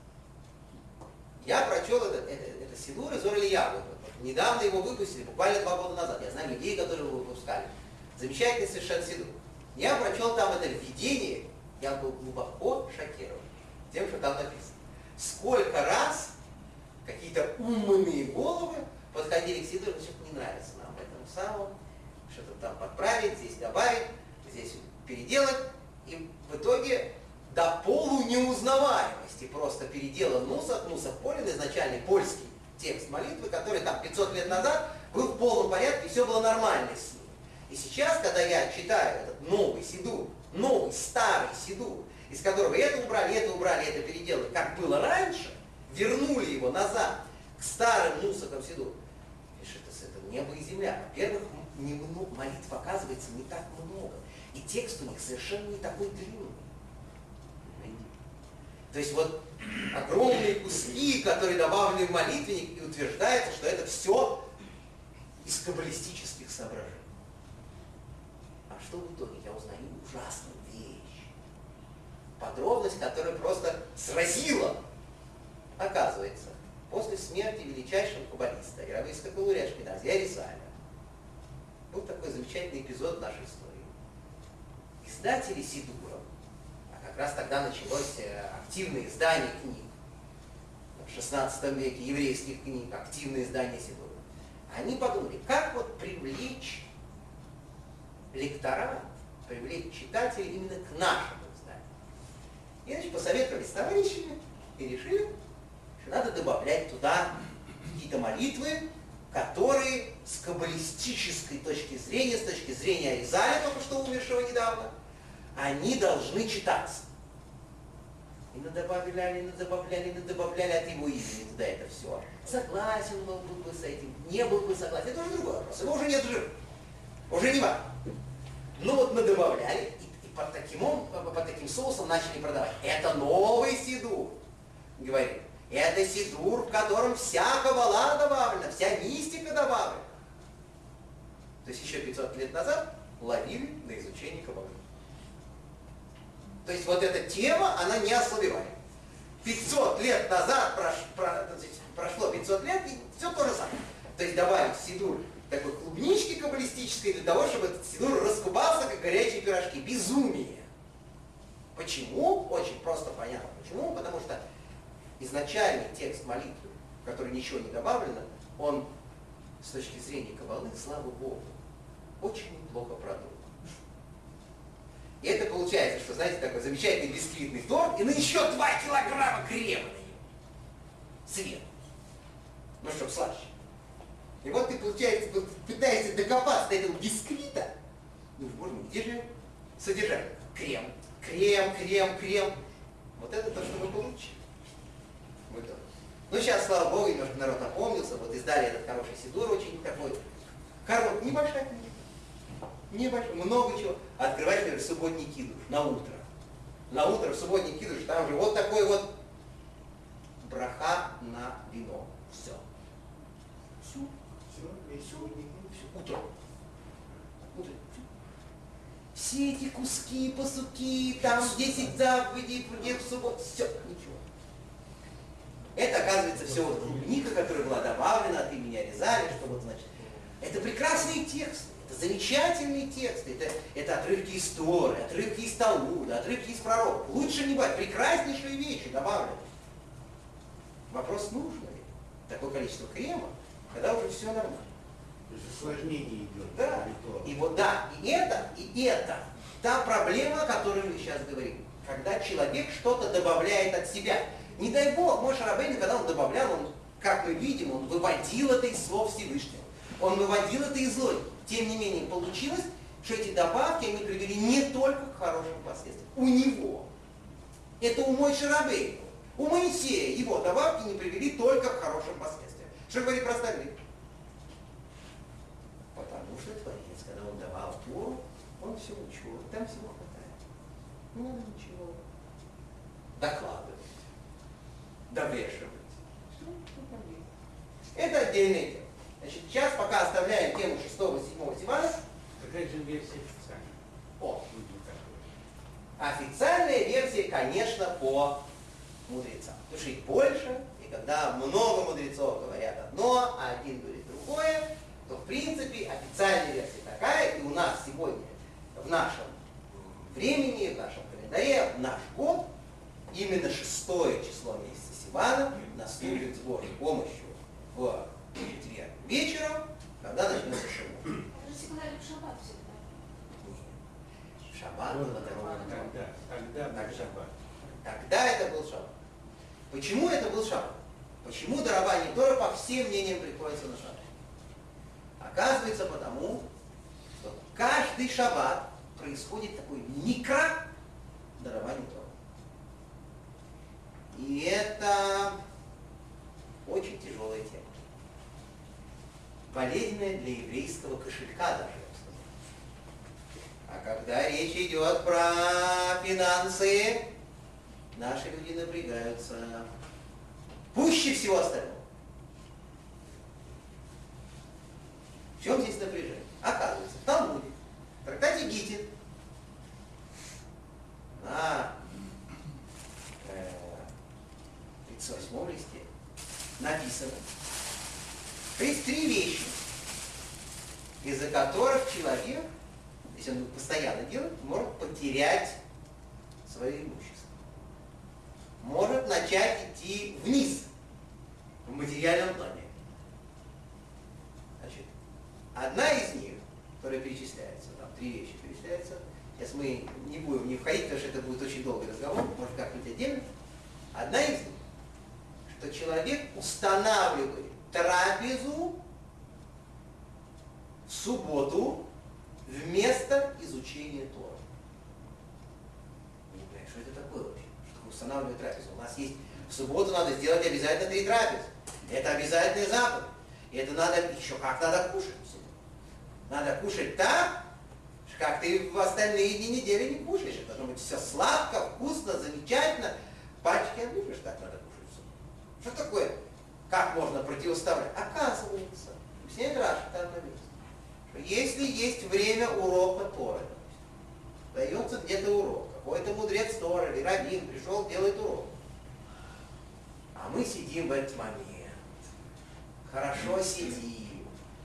Я прочел это, это, это Сидур из Ор-Ильявы. Недавно его выпустили, буквально два года назад. Я знаю людей, которые его выпускали. Замечательный совершенно Сидур. Я прочел там это введение, я был глубоко шокирован тем, что там написано. Сколько раз какие-то умные головы подходили к Сидуру, что-то не нравится нам в этом самом, что-то там подправить, здесь добавить, здесь переделать. И в итоге до полу неузнаваемости просто переделан Нусах, Нусах Полин, изначальный польский текст молитвы, который там пятьсот лет назад был в полном порядке, и все было нормально с ним. И сейчас, когда я читаю этот новый Сидур, новый старый Сидур, из которого это убрали, это убрали, это переделали, как было раньше, вернули его назад к старым Нусахам Сидуру, это, это небо и земля. Во-первых, молитв оказывается не так много. И текст у них совершенно не такой длинный. То есть вот огромные куски, которые добавлены в молитвенник, и утверждается, что это все из каббалистических соображений. А что в итоге? Я узнаю ужасную вещь. Подробность, которая просто сразила. Оказывается, после смерти величайшего каббалиста, Равейского Лурия Ашкенази, Аризаля, был такой замечательный эпизод в нашей истории. Издатели Сидура, а как раз тогда началось активное издание книг, в шестнадцатом веке еврейских книг, активное издание Сидура, они подумали, как вот привлечь лекторат, привлечь читателей именно к нашему изданию. И, значит, посоветовались с товарищами и решили, что надо добавлять туда какие-то молитвы, которые с каббалистической точки зрения, с точки зрения Аризаля, только что умершего недавно, они должны читаться. И надобавляли, надобавляли, надобавляли от его имени туда это все. Согласен был бы с этим, не был бы согласен, это уже другой вопрос. Его уже нет жира. Уже не важно. Ну вот надобавляли, и, и под, таким, под таким соусом начали продавать. Это новый Сидур, говорит. Это Сидур, в котором вся каббала добавлена, вся мистика добавлена. То есть еще пятьсот лет назад ловили на изучение каббалы. То есть вот эта тема, она не ослабевает. пятьсот лет назад прош, про, прошло пятьсот лет, и все то же самое. То есть добавить в Сидур такой клубнички каббалистической для того, чтобы этот Сидур раскубался, как горячие пирожки. Безумие. Почему? Очень просто понятно. Почему? Потому что изначальный текст молитвы, в который ничего не добавлено, он с точки зрения каббалы, слава Богу, очень неплохо продуман. И это получается, что, знаете, такой замечательный бисквитный торт, и на еще два килограмма крема на него. Сверху. Ну, чтоб слаще. И вот ты, получается, пытаешься докопаться до этого бисквита. Ну, боже мой, где же содержание? Крем. Крем, крем, крем. Вот это то, что мы получили. Мы то. Ну, сейчас, слава Богу, немножко народ напомнился. Вот издали этот хороший Сидур, очень такой. Корот, небольшая книга. Небольшой, много чего. Открываешь, например, субботний кидуш на утро. На утро в субботний кидуш, там же вот такой вот браха на вино. Все. Все. Все, весь субботний кидуш. Все. Утро. Утро. Все эти куски, пасуки, там десять заповедей, где в субботу. Все, ничего. Это, оказывается, все вот клубника, которая была добавлена от имени Аризаля, что вот значит. Это прекрасные тексты. Это замечательные тексты, это, это отрывки из Торы, отрывки из Талмуда, отрывки из пророков. Лучше не бывает, прекраснейшие вещи добавлены. Вопрос, нужно ли такое количество крема, когда уже все нормально. То есть осложнение идет. Да, и вот да, и это, и это, та проблема, о которой мы сейчас говорим. Когда человек что-то добавляет от себя. Не дай Бог, Моше Рабейну, когда он добавлял, он, как мы видим, он выводил это из слов Всевышнего. Он выводил это из логики. Тем не менее, получилось, что эти добавки, они привели не только к хорошим последствиям. У него. Это у Моше Рабейну. У Моисея его добавки не привели только к хорошим последствиям. Что говорит простой язык? Потому что Творец, когда он давал Тору, он все учил. Там всего хватает. Не надо ничего докладывать, довешивать. Что? Что проблема? Это отдельная тема. Значит, сейчас пока оставляем тему шестого, седьмого Сивана. Какая же версия официальная? О, Будем так говорить. официальная версия, конечно, по мудрецам. Потому что их больше, и когда много мудрецов говорят одно, а один говорит другое, то в принципе официальная версия такая, и у нас сегодня в нашем времени, в нашем календаре, в наш год, именно шестое число месяца Сивана наступит с Божьей помощью в четверг вечером, когда начнется Шивот. Это же сигнали в шаббат всегда. Нет. Шаббат был Вот дарован. Тогда, тогда был Тогда. шаббат. Тогда это был шаббат. Почему это был шаббат? Почему дарование Торы по всем мнениям приходится на шаббат? Оказывается, потому, что каждый шаббат происходит такой микро дарование Торы. И это очень тяжелая тема. Болезненная для еврейского кошелька даже, я бы сказал. А когда речь идет про финансы, наши люди напрягаются пуще всего остального. В чем здесь напряжение? Оказывается, в Талмуде, в трактате Гитин, на э, тридцать восьмом листе написано, что есть три вещи, из-за которых человек, если он постоянно делает, может потерять свое имущество. Может начать идти вниз в материальном плане. Значит, одна из них, которая перечисляется, там три вещи перечисляются, сейчас мы не будем в них входить, потому что это будет очень долгий разговор, может как-нибудь отдельно. Одна из них, что человек устанавливает трапезу в субботу вместо изучения Торы. Не понимаю, что это такое вообще? Что такое устанавливать трапезу? У нас есть в субботу надо сделать обязательно три трапезы. Это обязательный заповедь. И это надо, еще как надо кушать в субботу. Надо кушать так, как ты в остальные дни недели не кушаешь. Это должно быть все сладко, вкусно, замечательно. Пальчики оближешь, так надо кушать в субботу. Что такое? Как можно противоставлять? Оказывается, объясняет Раши там на месте, что если есть время урока Торы, дается где-то урок, какой-то мудрец Торы или раввин пришел, делает урок, а мы сидим в этот момент, хорошо сидим,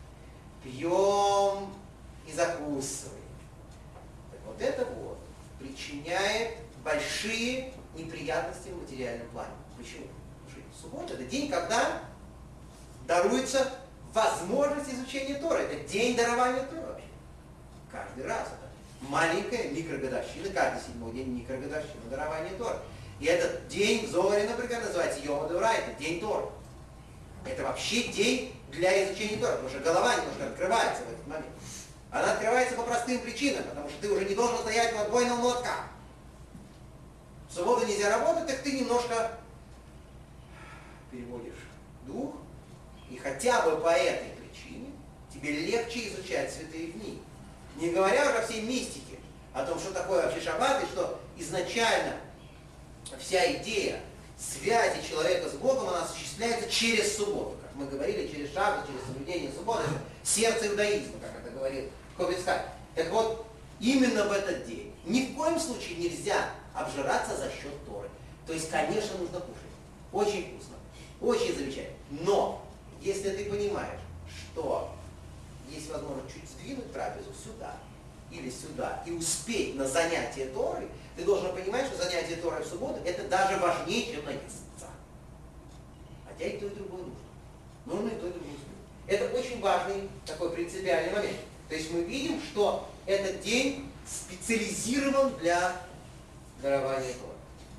пьем и закусываем. Так вот это вот причиняет большие неприятности в материальном плане. Почему? Потому что суббота – это день, когда даруется возможность изучения Торы. Это день дарования Торы вообще. Каждый раз это маленькая микрогодовщина, каждый седьмой день микрогодовщина дарования Торы. И этот день в Зоаре, например, называется Йома Дора, это день Торы. Это вообще день для изучения Торы, потому что голова немножко открывается в этот момент. Она открывается по простым причинам, потому что ты уже не должен стоять в отбойном лотка. В субботу нельзя работать, так ты немножко переводишь дух, и хотя бы по этой причине тебе легче изучать святые книги. Не говоря уже о всей мистике, о том, что такое вообще шаббат, и что изначально вся идея связи человека с Богом, она осуществляется через субботу. Как мы говорили, через шаббат, через соблюдение субботы. Это сердце иудаизма, как это говорил Ховец Хаим. Так вот, именно в этот день ни в коем случае нельзя обжираться за счет Торы. То есть, конечно, нужно кушать. Очень вкусно, очень замечательно. Но, если ты понимаешь, что есть возможность чуть сдвинуть трапезу сюда или сюда и успеть на занятие Торы, ты должен понимать, что занятие Торы в субботу это даже важнее, чем наесться. Хотя и то, и другое нужно. Нужно и то, и другое. Это очень важный такой принципиальный момент. То есть мы видим, что этот день специализирован для дарования Торы.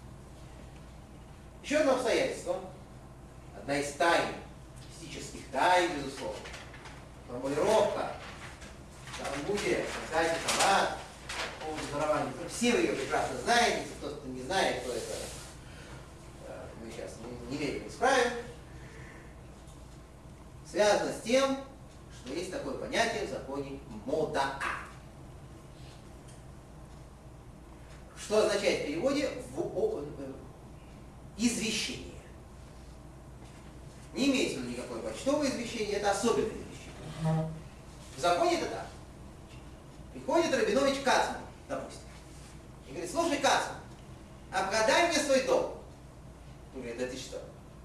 Еще одно обстоятельство, одна из тайн, мистических тайн, безусловно, формулировка в Талмуде, в трактате Шаббат, по поводу дарования Торы. Все вы ее прекрасно знаете, тот, кто не знает, то это мы сейчас немедленно исправим. Связано с тем, что есть такое понятие в законе Модаа. Что означает в переводе в, о, извещение. Не имеется в виду никакое почтовое извещение, это особенное извещение. В законе это так. Приходит Рабинович Кацман, допустим, и говорит: слушай, Кацман, а продай мне свой дом. Он говорит: да ты что?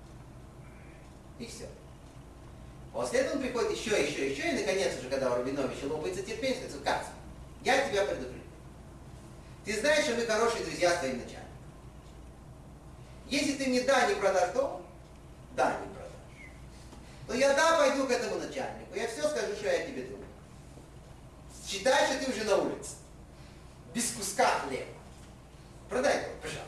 И все. После этого он приходит еще, еще, еще, и наконец уже, когда у Рабиновича лопается терпение, сказать: Кацман, я тебя предупредил. Ты знаешь, что мы хорошие друзья с твоим начальником. Если ты мне да не продашь дом, да не продашь, то я да пойду к этому начальнику, я все скажу, что я тебе думаю. Считай, что ты уже на улице. Без куска хлеба. Продай его, пожалуйста.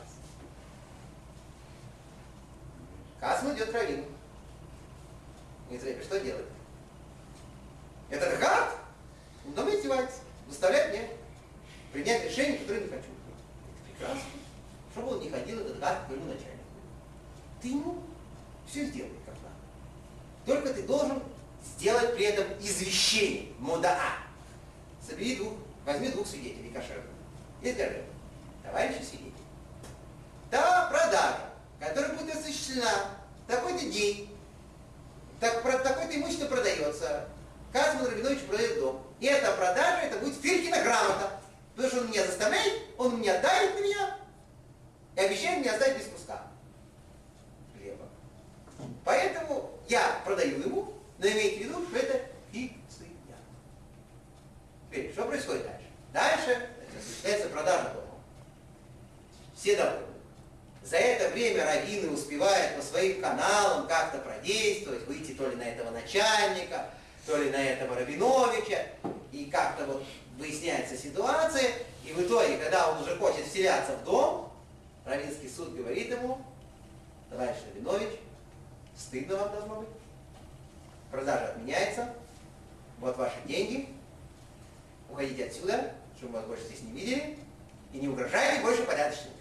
Кацман идет к раввину. Говорит: Ребя, что делать? Это гад? Он дома издевается. Заставляет меня принять решение, которое не хочу. Это прекрасно. Чтобы он не ходил, этот гад, к моему начальнику. Ты ему все сделай как надо. Только ты должен сделать при этом извещение, мудаа. Собери двух, возьми двух свидетелей кошерных и скажи: товарищи свидетели, та продажа, которая будет осуществлена в такой-то день, так, про, такое-то имущество продается, Кацман Рабинович продает дом. И эта продажа, это будет Фиркина грамота. Потому что он меня заставляет, он меня давит на меня и обещает мне оставить без куска хлеба. Поэтому я продаю ему, но имейте в виду, что это фикция. Теперь, что происходит дальше? Дальше осуществляется продажа дома. Все довольны. За это время раввины успевают по своим каналам как-то продействовать, выйти то ли на этого начальника, то ли на этого Рабиновича, и как-то вот выясняется ситуация, и в итоге, когда он уже хочет вселяться в дом, раввинский суд говорит ему: товарищ Рабинович, стыдно вам должно быть, продажа отменяется, вот ваши деньги, уходите отсюда, чтобы мы вас больше здесь не видели, и не угрожайте больше порядочным.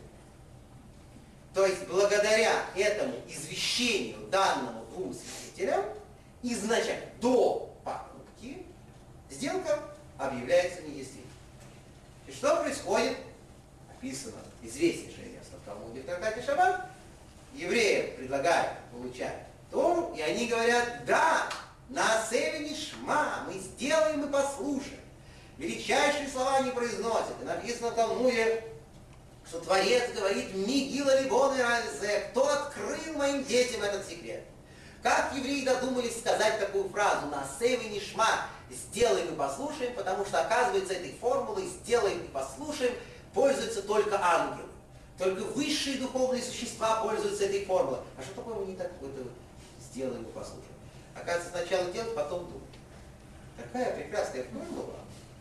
То есть, благодаря этому извещению, данному двум свидетелям, изначально до покупки, сделка объявляется недействительной. И что происходит? Написано известнейшее место в Талмуде в трактате Шаббат. Евреям предлагают получать Тору, и они говорят: да, на севе шма, мы сделаем и послушаем. Величайшие слова не произносят. И написано в Талмуде, что Творец говорит: Мигила Либон и Ральзе, кто открыл моим детям этот секрет? Как евреи додумались сказать такую фразу: на севе нишма, сделаем и послушаем, потому что, оказывается, этой формулой сделаем и послушаем пользуются только ангелы. Только высшие духовные существа пользуются этой формулой. А что такое мы не так вот сделаем и послушаем? Оказывается, сначала делать, потом думать. Такая прекрасная формула.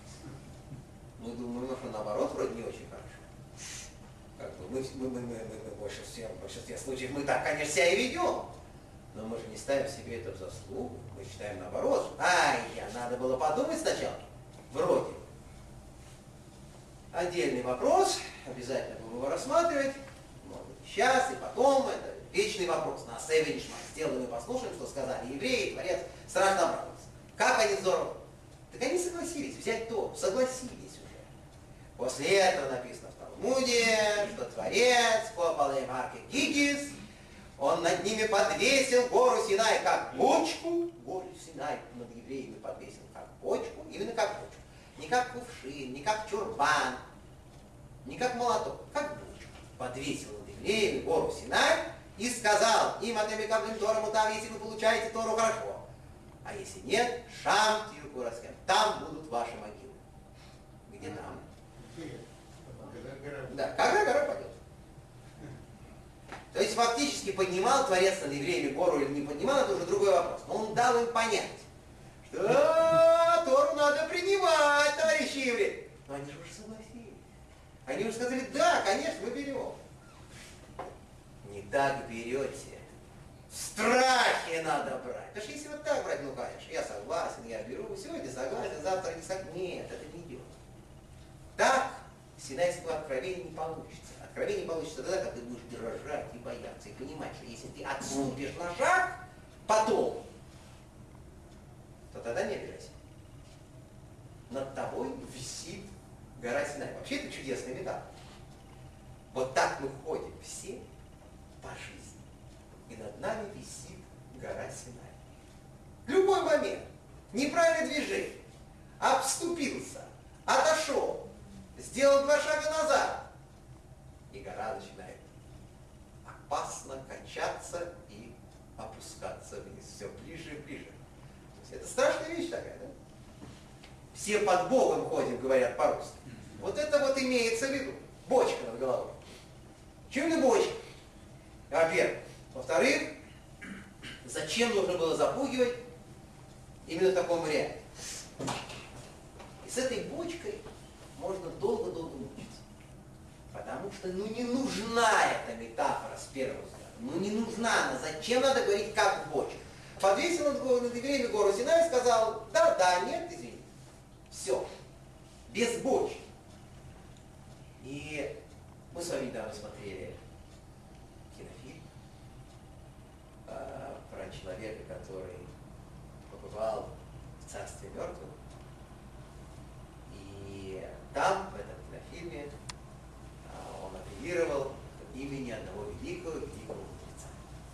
Мы думаем, что наоборот вроде не очень хорошо. Как бы мы, мы, мы, мы, мы, мы больше всем, в большинстве случаев мы так, конечно, себя и ведем. Но мы же не ставим себе это в заслугу. Мы считаем наоборот. Ай, я, надо было подумать сначала. Вроде. Отдельный вопрос. Обязательно будем его рассматривать. Может быть, сейчас и потом. Это вечный вопрос. На севе нишма. Сделаем и послушаем, что сказали евреи. Творец страшно обрадовался. Как они здорово. Так они согласились взять то. Согласились уже. После этого написано в Талмуде, что Творец попал им арки Гигис. Он над ними подвесил гору Синай как бочку. Гору Синай над евреями подвесил как бочку. Именно как бочку. Не как кувшин, не как чурбан, не как молоток, как бочку. Подвесил над евреями гору Синай и сказал: им атами каблим Тору мутав, если вы получаете Тору, хорошо. А если нет, шам тирку раскем. Там будут ваши могилы. Где там? Да, когда гора пойдет. То есть фактически поднимал Творец над евреями гору или не поднимал, это уже другой вопрос. Но он дал им понять, что а, Тору надо принимать, товарищи евреи. Но они же уже согласились. Они уже сказали: да, конечно, мы берем. Не так берете. В страхе надо брать. Потому что если вот так брать, ну конечно, я согласен, я беру, сегодня согласен, завтра не согласен. Нет, это не идет. Так Синайского откровения не получится. Откровение получится тогда, когда ты будешь дрожать и бояться, и понимать, что если ты отступишь на шаг, потом, то тогда не обижайся. Над тобой висит гора Синай. Вообще это чудесная метафора. Вот так мы ходим все по жизни. И над нами висит Гора Синай. Любой момент, неправильное движение, обступился, отошел, сделал два шага назад, и гора начинает опасно качаться и опускаться вниз, все ближе и ближе. То есть это страшная вещь такая, да? Все под Богом ходим, говорят по-русски. Вот это вот имеется в виду. Бочка над головой. Чего именно бочка? Во-первых. Во-вторых, зачем нужно было запугивать именно в таком варианте? И с этой бочкой можно долго-долго мучиться. Потому что ну не нужна эта метафора с первого взгляда. Ну не нужна она. Зачем надо говорить как в бочке? Подвесил он над евреями гору Синай и сказал, да, да, нет, извини. Все. Без бочки. И мы с вами недавно смотрели кинофильм э, про человека, который побывал в царстве мертвых. И там, в этом кинофильме, э, он апеллировал к имени одного великого, великого мудреца.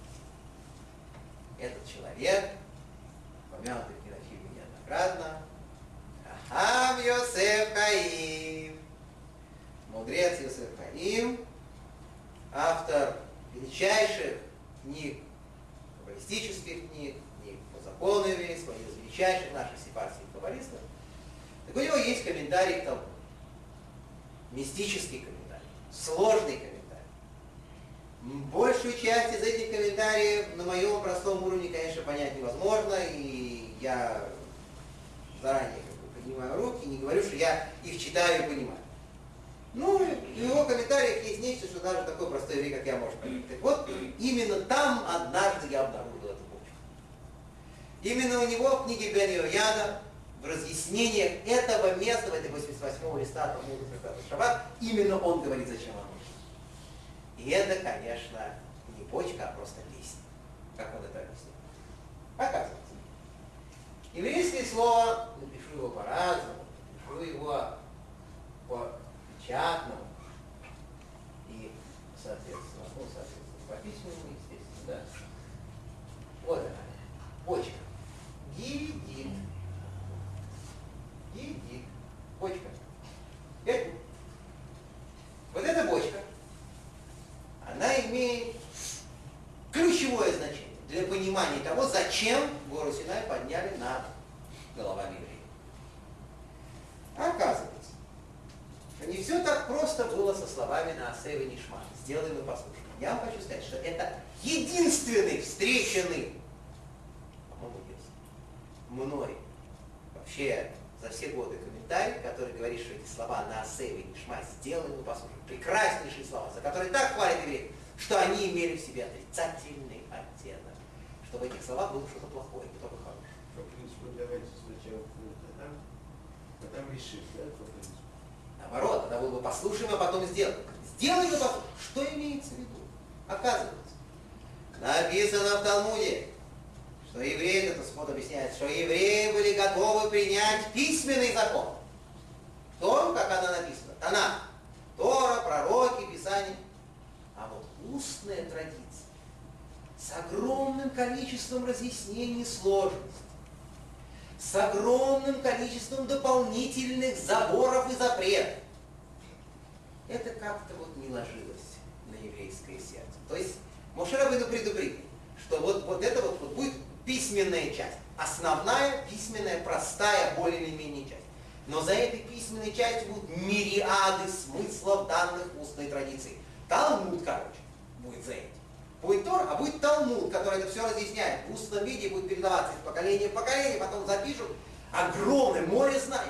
Этот человек, упомянутый в кинофильме неоднократно, Хахам Йосеф Хаим, мудрец Йосеф Хаим, автор величайших книг, каббалистических книг, книг по закону еврейства, из величайших наших сефардских каббалистов. Так у него есть комментарий к тому. Мистический комментарий, сложный комментарий. Большую часть из этих комментариев на моем простом уровне, конечно, понять невозможно, и я заранее поднимаю руки, не говорю, что я их читаю и понимаю. Ну, в его комментариях есть нечто, что даже такой простой еврей, как я, может понять. Так вот, именно там однажды я обнаружил эту бочку. Именно у него в книге Бен Йояда, в разъяснениях этого места, в этой восемьдесят восьмого листа Талмуда Трактата Шаббат, именно он говорит, зачем она нужна. И это, конечно, не бочка, а просто песня. Как он это объяснил? Оказывается. Еврейское слово, напишу его по-разному, напишу его по печатному и, соответственно, ну, соответственно, по письменному, естественно, да. Вот она, бочка. Гидит. Гидит. Бочка. Это. Вот эта бочка, она имеет ключевое значение для понимания того, зачем гору Синай подняли над головами евреев. Оказывается, что не все так просто было со словами «Наасeh венишма», «сделаем и послушаем». Я вам хочу сказать, что это единственный встреченный, по-моему, мной вообще за все годы комментарий, который говорит, что эти слова «Наасeh венишма», «сделаем и послушаем», прекраснейшие слова, за которые так хвалят евреев, что они имели в себе отрицательный оттенок. Что в этих словах было что-то плохое, не только хорошее. По принципу, давайте сначала а там, а там решить, да, по принципу. Наоборот, надо было бы послушаем, а потом сделаем. Сделаем и послушаем. Что имеется в виду? Оказывается, написано в Талмуде, что евреи, это Тосфот объясняет, что евреи были готовы принять письменный закон. То, как она написана, Танах, Тора, пророки, Писание. А вот устная традиция с огромным количеством разъяснений сложностей, с огромным количеством дополнительных заборов и запретов, это как-то вот не ложилось на еврейское сердце. То есть Моше Рабейну предупредил, что вот, вот это вот, вот будет письменная часть, основная, письменная, простая, более или менее часть. Но за этой письменной частью будут мириады смыслов, данных устной традиции. Талмуд, короче, будет за этим. Будет Тора, а будет Талмуд, который это все разъясняет. В устном виде будет передаваться из поколения в поколение, потом запишут огромное море знаний.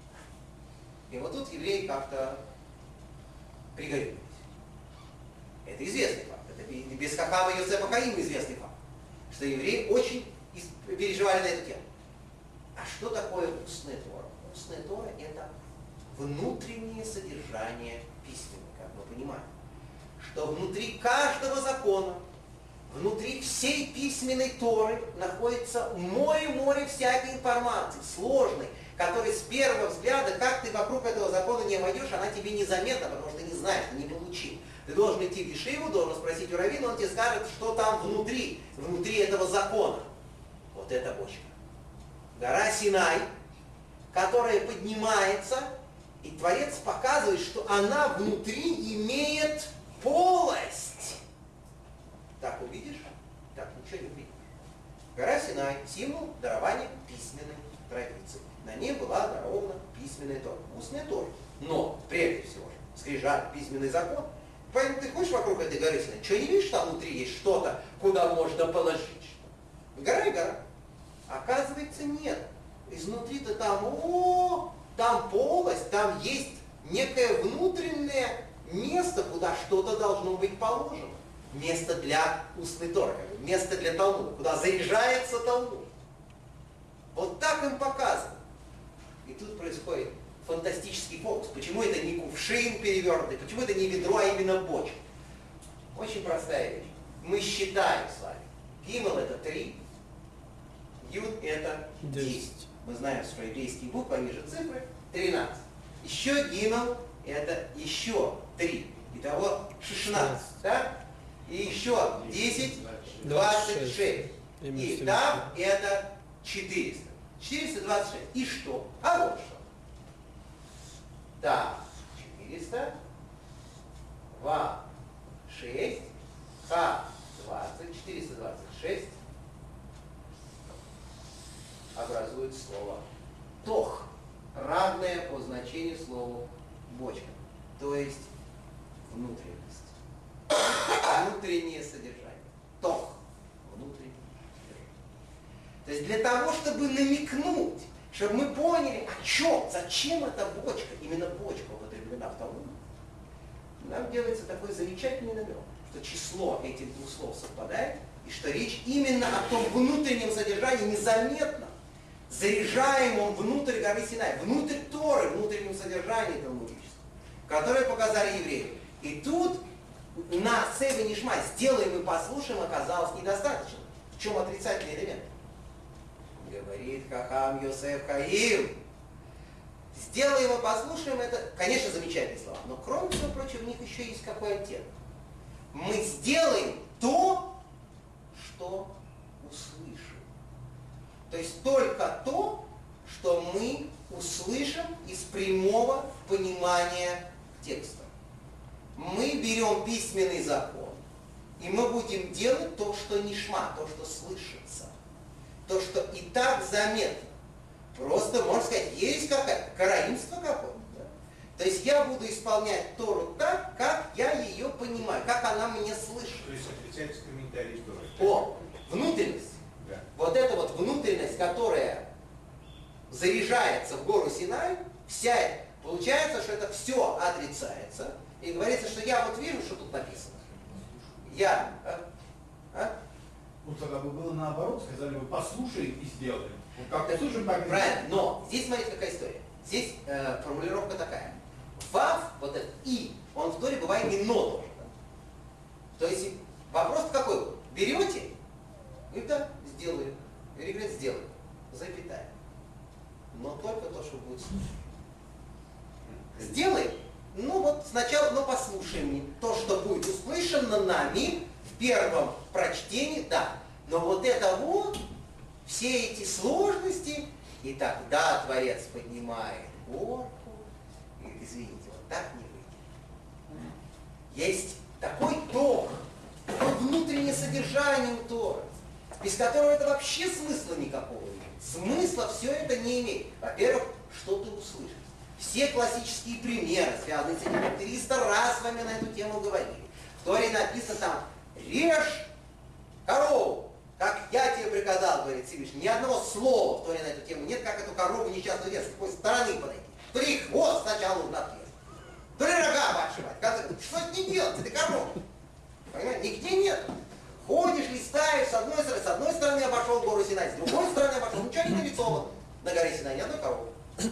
И вот тут евреи как-то пригорюнились. Это известный факт. Это без Хахама Йосефа Хаима известный факт. Что евреи очень переживали на эту тему. А что такое устная Тора? Устная Тора – это внутреннее содержание письменника, как мы понимаем. Что внутри каждого закона, внутри всей письменной Торы находится море-море всякой информации, сложной, которой с первого взгляда, как ты вокруг этого закона не обойдешь, она тебе незаметна, потому что ты не знаешь, ты не получил. Ты должен идти в Ешиву, должен спросить у раввина, он тебе скажет, что там внутри, внутри этого закона. Вот эта бочка. Гора Синай, которая поднимается, и Творец показывает, что она внутри имеет полость. Так увидишь, так ничего не увидишь. Гора Синай – символ дарования письменной традиции. На ней была дарована письменная Тора, устная Тора. Но, прежде всего, скрижаль, письменный закон. Поэтому ты ходишь вокруг этой горы Синай, что не видишь, там внутри есть что-то, куда можно положить? Гора и гора. Оказывается, нет. Изнутри-то там, о, там полость, там есть некое внутреннее место, куда что-то должно быть положено. Место для устной Торы, место для Талмуда, куда заряжается Талмуд. Вот так им показано. И тут происходит фантастический фокус. Почему это не кувшин перевернутый, почему это не ведро, а именно бочка? Очень простая вещь. Мы считаем с вами. Гимл это три, Юд это десять. Мы знаем, что еврейские буквы, они же цифры, тринадцать. Еще Гимл это еще три. Итого шестнадцать. Да? И еще десять, двадцать шесть. И там это четыреста. четыреста двадцать шесть. И что? А вот что. Так, четыреста, два, шесть, Х, двадцать, четыреста двадцать шесть образует слово тох, равное по значению слову бочка, то есть внутренность, внутреннее содержание. Тох, внутреннее содержание. То есть для того, чтобы намекнуть, чтобы мы поняли, о чем, зачем эта бочка, именно бочка употреблена в Талмуде, нам делается такой замечательный намек, что число этих двух слов совпадает, и что речь именно о том внутреннем содержании, незаметно заряжаемом внутрь горы Синай, внутрь Торы, внутреннем содержании талмудическом, которое показали евреи. И тут на Севе Нишма сделаем и послушаем оказалось недостаточно. В чем отрицательный элемент? Говорит Хахам Йосеф Хаим. Сделаем и послушаем, это, конечно, замечательные слова, но кроме всего прочего, в них еще есть какой оттенок. Мы сделаем то, что услышим. То есть только то, что мы услышим из прямого понимания текста. Мы берем письменный закон, и мы будем делать то, что нишма, то, что слышится. То, что и так заметно. Просто, можно сказать, есть какая-то караимство какое-то. Да? То есть я буду исполнять Тору так, как я ее понимаю, как она мне слышит. То есть отрицается комментарий Торы. О, внутренность. Да. Вот эта вот внутренность, которая заряжается в гору Синай, вся, получается, что это все отрицается. И говорится, что я вот вижу, что тут написано. Я, а? А? Ну, тогда бы было наоборот, сказали бы, послушай и сделай. Вот как Так, послушаем, так и правильно, но здесь смотрите, какая история. Здесь э, формулировка такая. Вав, вот этот и, он в Торе бывает и но тоже. Да? То есть вопрос какой? Берете, и да, сделаю. Или говорит, сделаю. Запятая. Но только то, что будет слушать. Сделай. Ну вот сначала, ну послушаем то, что будет услышано нами в первом прочтении, да. Но вот это вот, все эти сложности, и тогда Творец поднимает горку, и, извините, вот так не выйдет. Есть такой ток, такое внутреннее содержание у Торы, без которого это вообще смысла никакого нет. Смысла все это не имеет. Во-первых, что ты услышишь. Все классические примеры, связанные с этим, триста раз с вами на эту тему говорили. В Торе написано там, режь корову, как я тебе приказал, говорит Всевышний. Ни одного слова в Торе на эту тему нет, как эту корову несчастную вес, с какой стороны подойти. То ли хвост сначала нужно отрезать, то ли рога подшивать. Что с ней делать, этой коровой? Понимаете, нигде нет. Ходишь, листаешь, с одной стороны, с одной стороны обошел гору Синай, с другой стороны обошел, ничего не нарисовано. На горе Синай ни одной коровы.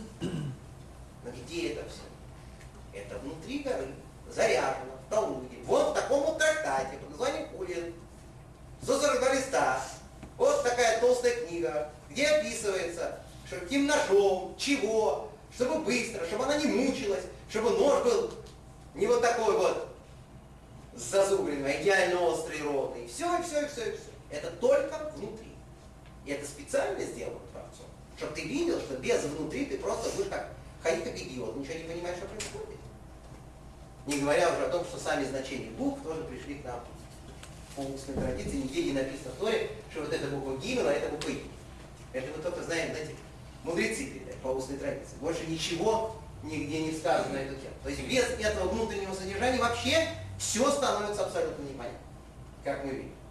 Но где это все? Это внутри горы, заряжено, в Талмуде. Вот в таком вот трактате под названием Хулин. сто сорок два листа. Вот такая толстая книга, где описывается, что каким ножом, чего, чтобы быстро, чтобы она не мучилась, чтобы нож был не вот такой вот с зазубренным, идеально острый рот, и все, и все, и все, и все. Это только внутри. И это специально сделано Творцом, чтобы ты видел, что без внутри ты просто будешь как ходить как идиот, ничего не понимаешь, что происходит. Не говоря уже о том, что сами значения букв тоже пришли к нам по устной традиции, нигде не написано в Торе, что вот эта буква Гимел, а это буква И. Это мы только знаем, знаете, мудрецы передают по устной традиции. Больше ничего нигде не сказано на эту тему. То есть без этого внутреннего содержания вообще все становится абсолютно непонятно, как мы видим.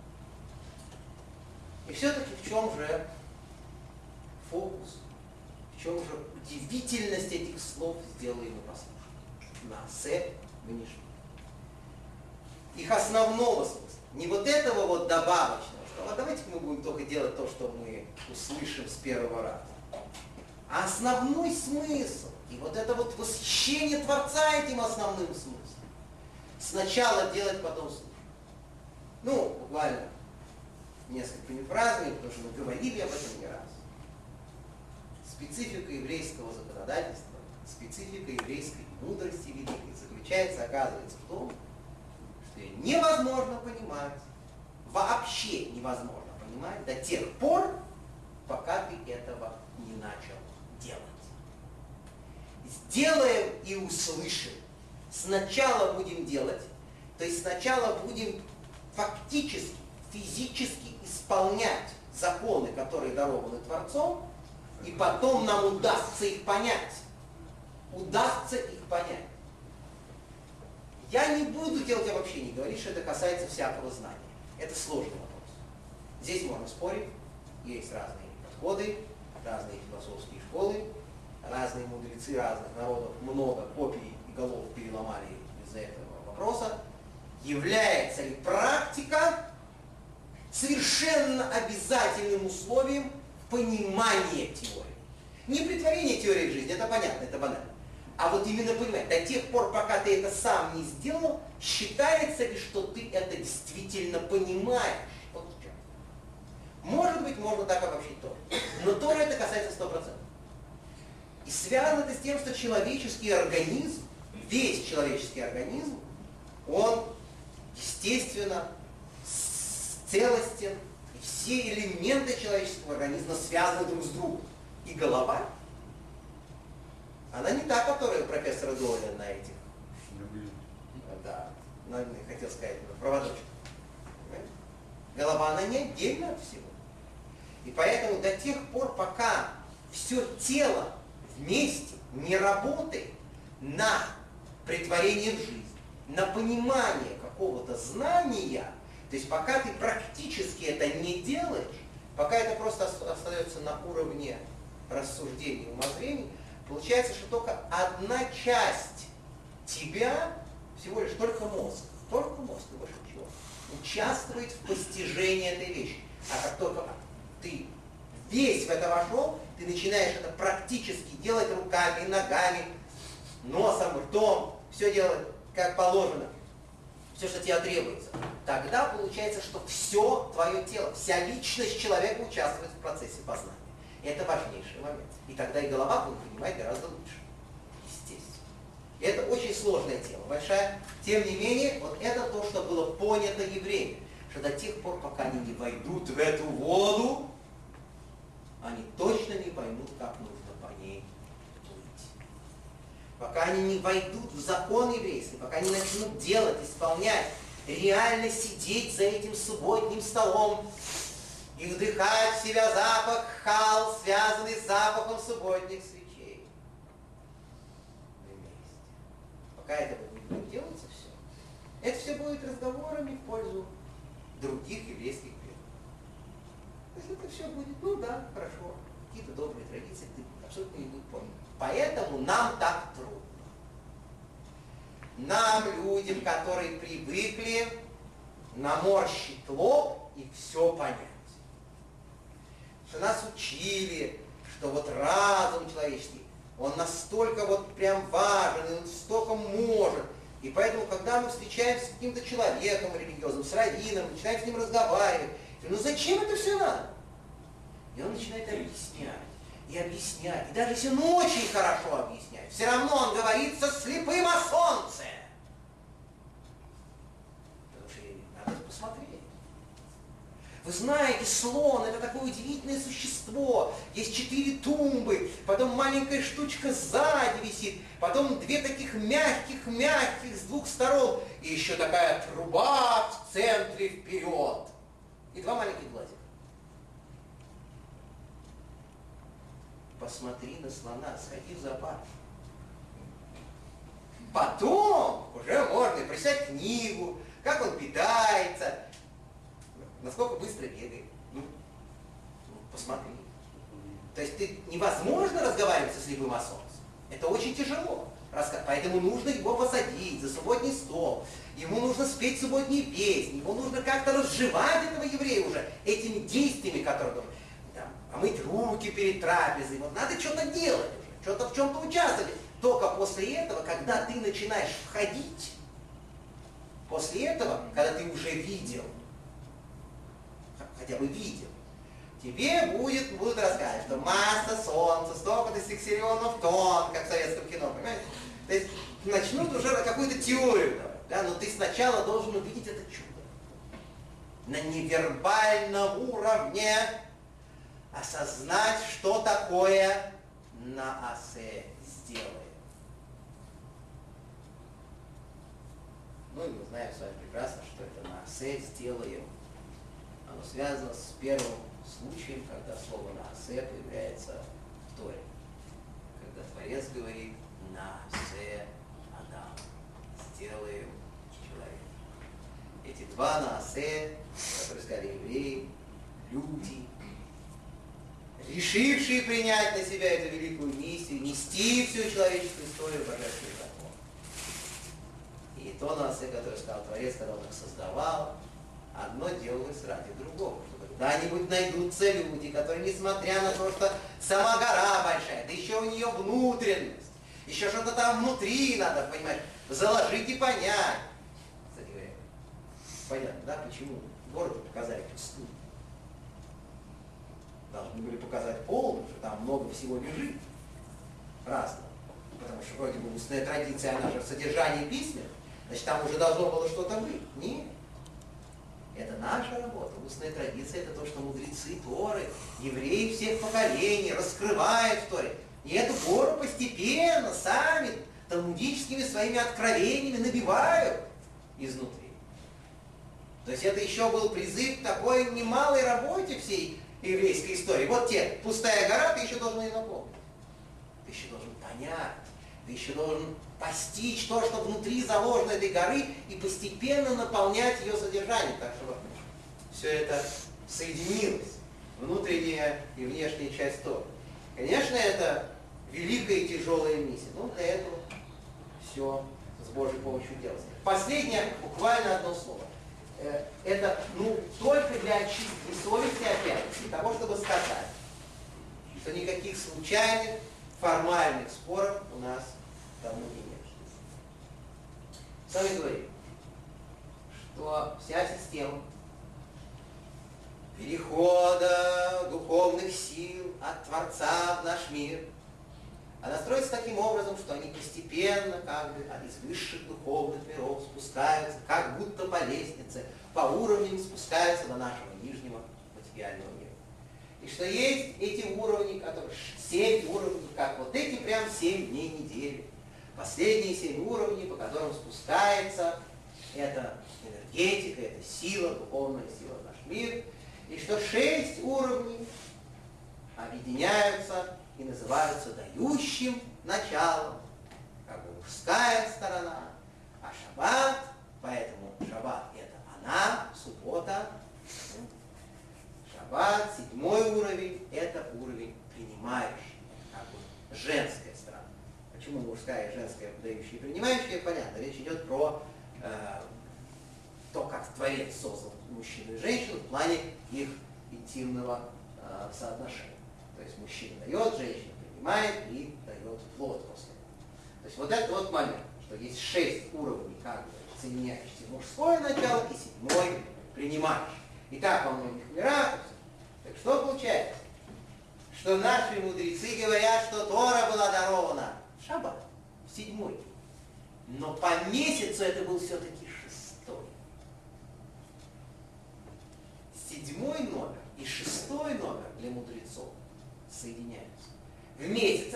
И все-таки в чем же фокус, в чем же удивительность этих слов «сделай ему послушным»? Наасе венишма. Их основного смысла. Не вот этого вот добавочного, что а давайте мы будем только делать то, что мы услышим с первого раза. А основной смысл, и вот это вот восхищение Творца этим основным смыслом. Сначала делать, потом слушать. Ну, буквально несколькими фразами, потому что мы говорили об этом не раз. Специфика еврейского законодательства, специфика еврейской мудрости великой заключается, оказывается, в том, что ее невозможно понимать, вообще невозможно понимать до тех пор, пока ты этого не начал делать. Сделаем и услышим. Сначала будем делать, то есть сначала будем фактически, физически исполнять законы, которые дарованы Творцом, и потом нам удастся их понять. Удастся их понять. Я не буду делать, я вообще не говорить, что это касается всякого знания. Это сложный вопрос. Здесь можно спорить, есть разные подходы, разные философские школы, разные мудрецы разных народов много копий и голов переломали из-за этого вопроса. Является ли практика совершенно обязательным условием понимания теории? Не претворение теории в жизнь, это понятно, это банально. А вот именно понимать, до тех пор, пока ты это сам не сделал, считается ли, что ты это действительно понимаешь? Вот в чем. Может быть, можно так обобщить Тору. Но Тора это касается сто процентов. И связано это с тем, что человеческий организм, весь человеческий организм, он, естественно, целостен, и все элементы человеческого организма связаны друг с другом. И голова, она не та, которая у профессора Доля на этих, да, на, хотел сказать, проводочках. Голова, она не отдельно от всего. И поэтому до тех пор, пока все тело вместе не работает на претворение в жизнь, на понимание какого-то знания, то есть пока ты практически это не делаешь, пока это просто остается на уровне рассуждений, умозрений, получается, что только одна часть тебя, всего лишь только мозг, только мозг, и больше ничего, участвует в постижении этой вещи. А как только ты весь в это вошел, ты начинаешь это практически делать руками, ногами, носом, ртом, все делать как положено, все, что тебе требуется. Тогда получается, что все твое тело, вся личность человека участвует в процессе познания. Это важнейший момент. И тогда и голова будет понимать гораздо лучше. Естественно. И это очень сложная тема, большая. Тем не менее, вот это то, что было понято евреями. Что до тех пор, пока они не войдут в эту воду, они точно не поймут, как нужно по ней плыть. Пока они не войдут в закон еврейский, пока они начнут делать, исполнять, реально сидеть за этим субботним столом и вдыхать в себя запах хал, связанный с запахом субботних свечей. Вместе. Пока это будет делаться все, это все будет разговорами в пользу других еврейских предков. То есть это все будет, ну да, хорошо, какие-то добрые традиции, ты абсолютно не будешь помнить. Поэтому нам так трудно. Нам, людям, которые привыкли наморщить лоб и все понять. Что нас учили, что вот разум человеческий, он настолько вот прям важен, он столько может. И поэтому, когда мы встречаемся с каким-то человеком религиозным, с раввином, начинаем с ним разговаривать, ну зачем это все надо? И он начинает объяснять, и объяснять. И даже если он очень хорошо объясняет, все равно он говорит со слепым о солнце. Вы знаете, слон — это такое удивительное существо. Есть четыре тумбы, потом маленькая штучка сзади висит, потом две таких мягких-мягких с двух сторон, и еще такая труба в центре вперед. И два маленьких глазика. Посмотри на слона, сходи в зоопарк. Потом уже можно прочитать книгу, как он питается, насколько быстро бегает. Ну, посмотри. То есть ты, невозможно разговаривать со слепым о солнце. Это очень тяжело. Поэтому нужно его посадить за субботний стол. Ему нужно спеть субботние песни. Ему нужно как-то разжевать этого еврея уже этими действиями, которые там, помыть руки перед трапезой. Вот надо что-то делать уже, что-то в чем-то участвовать. Только после этого, когда ты начинаешь входить, после этого, когда ты уже видел, хотя бы видел, тебе будет, будут рассказывать, что масса солнца, столько-то сексиллионов тонн, как в советском кино, понимаете? То есть начнут уже какую-то теорию давать, да? Но ты сначала должен увидеть это чудо. На невербальном уровне осознать, что такое наасе сделает. Ну и мы знаем с вами прекрасно, что это наасе сделаем. Оно связано с первым случаем, когда слово наасе появляется в Торе. Когда Творец говорит наасе Адам, сделаем человека. Эти два наасе, которые сказали евреи, люди, решившие принять на себя эту великую миссию, нести всю человеческую историю божественный закон. И то наасе, которое сказал Творец, когда он их создавал, одно делалось ради другого. Что когда-нибудь найдутся люди, которые, несмотря на то, что сама гора большая, да еще у нее внутренность, еще что-то там внутри надо, понимать, заложить и понять. Кстати говоря, понятно, да, почему город показали пустыню? Должны были показать полную, что там много всего лежит разного. Потому что вроде бы устная традиция, она же в содержании письмен, значит, там уже должно было что-то быть. Нет. Это наша работа. Устная традиция — это то, что мудрецы Торы, евреи всех поколений раскрывают в Торе. И эту гору постепенно сами талмудическими своими откровениями набивают изнутри. То есть это еще был призыв к такой немалой работе всей еврейской истории. Вот те, пустая гора, ты еще должен ее напомнить. Ты еще должен понять. Ты еще должен постичь то, что внутри заложено этой горы, и постепенно наполнять ее содержанием, так чтобы все это соединилось, внутренняя и внешняя часть Торы. Конечно, это великая и тяжелая миссия, но для этого все с Божьей помощью делается. Последнее, буквально одно слово. Это ну, только для очистки совести опять, для того, чтобы сказать, что никаких случайных, формальных споров у нас давно не нет. Сами говорим, что вся система перехода духовных сил от Творца в наш мир, она строится таким образом, что они постепенно, как бы, из высших духовных миров спускаются, как будто по лестнице, по уровням спускаются до нашего нижнего материального мира. И что есть эти уровни, которые семь уровней, как вот эти прям семь дней недели. Последние семь уровней, по которым спускается эта энергетика, эта сила, духовная сила в наш мир. И что шесть уровней объединяются и называются дающим началом, как бы мужская сторона, а шаббат, поэтому шаббат это она, суббота, шаббат, седьмой уровень, это уровень принимающий, как бы женская сторона. Почему мужская и женская, дающая и принимающая, понятно, речь идет про э, то, как Творец создал мужчину и женщину в плане их интимного э, соотношения. То есть мужчина дает, женщина принимает и дает плод после этого. То есть вот это вот момент, что есть шесть уровней, как бы соединяющихся мужское начало и седьмой принимающий. И так во многих мирах. Так что получается? Что наши мудрецы говорят, что Тора была дарована в шаббат, в седьмой. Но по месяцу это был все-таки шестой. Седьмой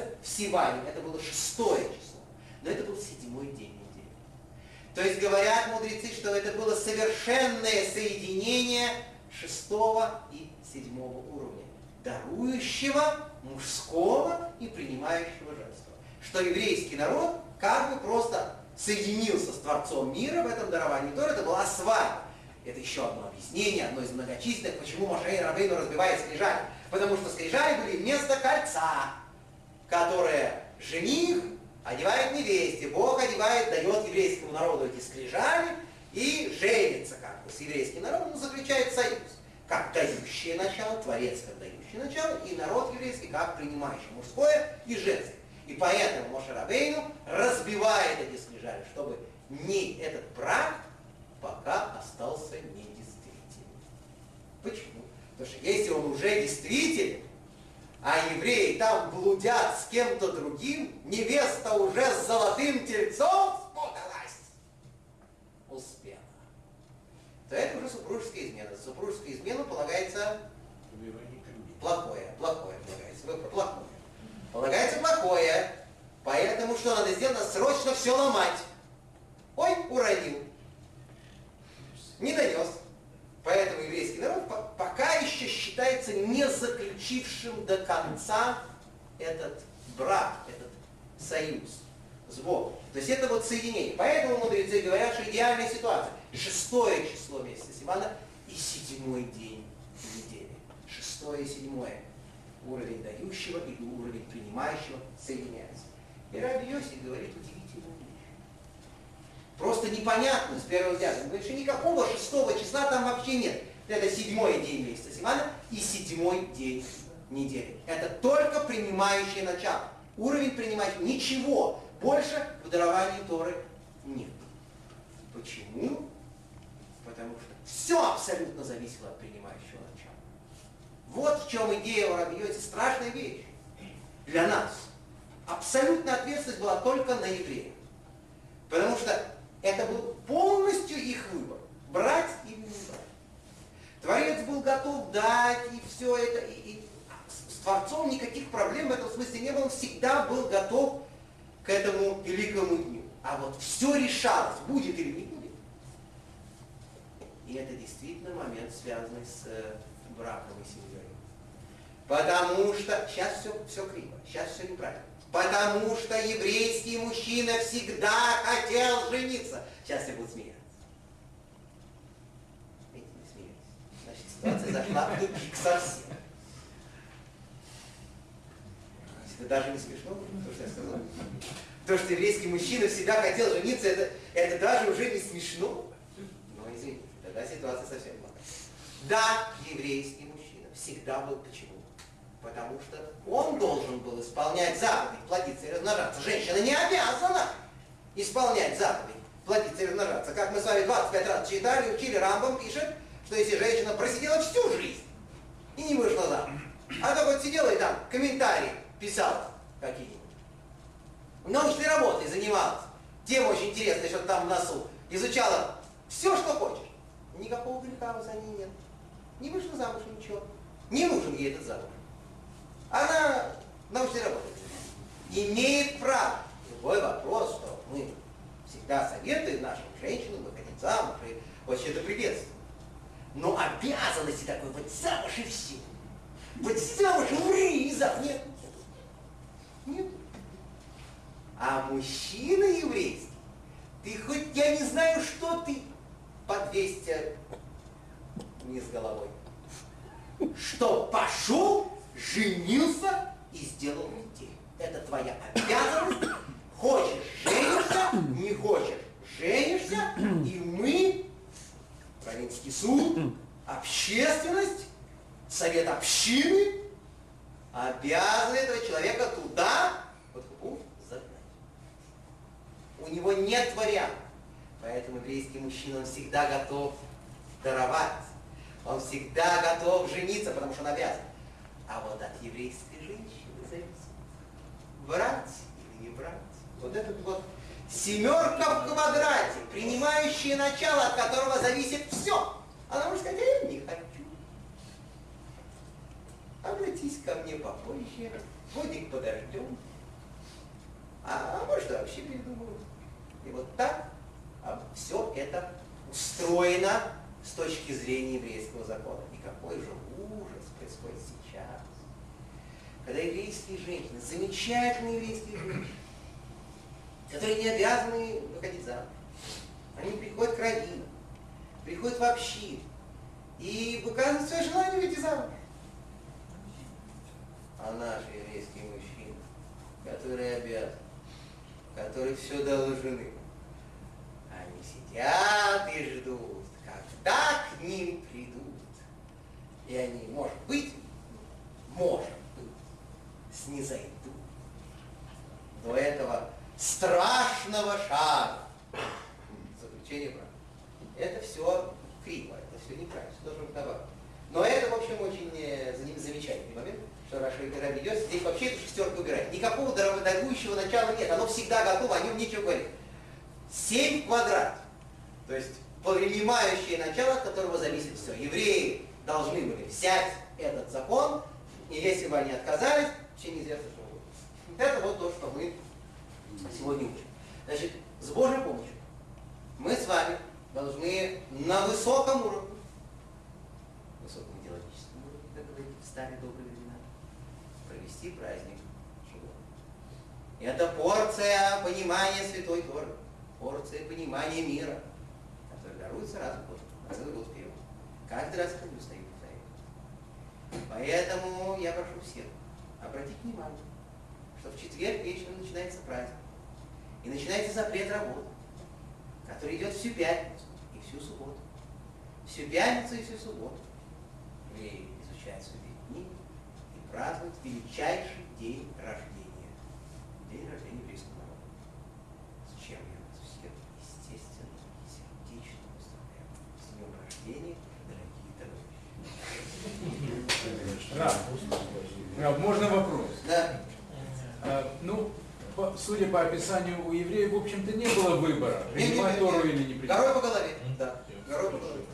месяца в Сиване. Это было шестое число. Но это был седьмой день недели. То есть говорят мудрецы, что это было совершенное соединение шестого и седьмого уровня. Дарующего мужского и принимающего женского. Что еврейский народ как бы просто соединился с Творцом мира в этом даровании Торы. Это была свадьба. Это еще одно объяснение, одно из многочисленных, почему Моше Рабейну разбивает скрижали. Потому что скрижали были вместо кольца, которое жених одевает невесте. Бог одевает, дает еврейскому народу эти скрижали и женится как бы с еврейским народом, но заключает союз. Как дающее начало, Творец как дающее начало, и народ еврейский как принимающий мужское и женское. И поэтому Моше Рабейну разбивает эти скрижали, чтобы не этот брак пока остался недействительным. Почему? Потому что если он уже действителен, а евреи там блудят с кем-то другим, невеста уже с золотым тельцом спуталась, успела, то это уже супружеская измена. За супружескую измену полагается плохое, плохое полагается, выбор, плохое. Полагается плохое, поэтому что надо сделать? Надо срочно все ломать. Ой, уронил. Не донес. Поэтому еврейский народ пока еще считается не заключившим до конца этот брак, этот союз с Богом. То есть это вот соединение. Поэтому мудрецы говорят, что идеальная ситуация. Шестое число месяца Сивана и седьмой день недели. Шестое и седьмое. Уровень дающего и уровень принимающего соединяются. И Раби Йоси говорит удивительную вещь. Просто непонятно с первого взгляда. Он говорит, что никакого шестого числа там вообще нет. Это седьмой день месяца Сивана и седьмой день недели. Это только принимающее начало. Уровень принимающего. Ничего больше в даровании Торы нет. Почему? Потому что все абсолютно зависело от принимающего начала. Вот в чем идея у Раби Йоси. Страшная вещь для нас. Абсолютная ответственность была только на евреев. Потому что это был полностью их выбор. Брать или не брать. Творец был готов дать, и все это. И, и с Творцом никаких проблем в этом смысле не было. Он всегда был готов к этому великому дню. А вот все решалось, будет или не будет. И это действительно момент, связанный с э, браком и семьей. Потому что, сейчас все, все криво, сейчас все неправильно. Потому что еврейский мужчина всегда хотел жениться. Сейчас все будут смеяться. Видите, не смеялись. Значит, ситуация зашла в тупик совсем. Это даже не смешно, то, что я сказал. То, что еврейский мужчина всегда хотел жениться, это, это даже уже не смешно. Но извините, тогда ситуация совсем плохая. Да, еврейский мужчина всегда был почему? Потому что он должен был исполнять заповедь, плодиться и размножаться. Женщина не обязана исполнять заповедь, плодиться и размножаться. Как мы с вами двадцать пять раз читали, учили, Рамбам пишет, что если женщина просидела всю жизнь и не вышла замуж, а только вот сидела и там комментарии писала какие-нибудь, научной работой занималась, тема очень интересная, что-то там в носу, изучала все, что хочешь, никакого греха за ней нет. Не вышла замуж, ничего. Не нужен ей этот замуж. Она научной работой имеет право. Другой вопрос, что мы всегда советуем нашим женщинам выходить замуж и вообще это приветствуем. Но обязанности такой вот замуж и все. Вот замуж умри и замуж. Нет. Нет. А мужчина еврейский, ты хоть я не знаю, что ты по двести вниз головой. Что пошел, женился и сделал детей. Это твоя обязанность. Хочешь — женишься, не хочешь — женишься, и мы, Раввинский суд, общественность, совет общины, обязаны этого человека туда, вот хупу, загнать. У него нет вариантов. Поэтому еврейский мужчина, он всегда готов даровать. Он всегда готов жениться, потому что он обязан. А вот от еврейской женщины зависит, брать или не брать. Вот этот вот семерка в квадрате, принимающее начало, от которого зависит все. Она может сказать, я не хочу. Обратись ко мне попозже, годик подождем, вообще передумывают. И вот так все это устроено с точки зрения еврейского закона. И какой же ужас происходит сейчас, когда еврейские женщины, замечательные еврейские женщины, которые не обязаны выходить замуж, они приходят к раввинам, приходят в общину и выказывают свое желание выйти замуж. А наши еврейские мужчины, которые обязаны, которые все должны, они сидят и ждут, когда к ним придут. И они, может быть, может быть, снизойдут до этого страшного шага заключения брака. Это все криво, это все неправильно, все должно быть наоборот. Но это, в общем, очень замечательный момент, что Раши, когда ведет, здесь вообще эту шестерку убирает. Никакого дарующего начала нет, оно всегда готово, о нем нечего говорить. Семь квадратов. То есть принимающее начало, от которого зависит все. Евреи должны были взять этот закон, и если бы они отказались, вообще неизвестно, что будет. Это вот то, что мы сегодня учим. Значит, с Божьей помощью мы с вами должны на высоком уровне, высоком идеологическом уровне, как говорили в старые добрые времена, провести праздник Шивот. Это порция понимания Святой Торы, порция понимания мира, которая даруется раз в год, целый год вперед. Каждый раз это не устаю повторять. Поэтому я прошу всех обратить внимание, что в четверг вечером начинается праздник. И начинается запрет работы, который идет всю пятницу и всю субботу. Всю пятницу и всю субботу евреи изучают святые книги и празднуют величайший день рождения. День рождения еврейского народа. С чем я вас всех, естественно, и сердечно поздравляю. С днем рождения, дорогие товарищи. Раб, Раб, можно вопрос? Да. А, ну, по, судя по описанию, у евреев, в общем-то, не было выбора, принимать Тору или не принимать. Горой по голове. Да. Горой по голове.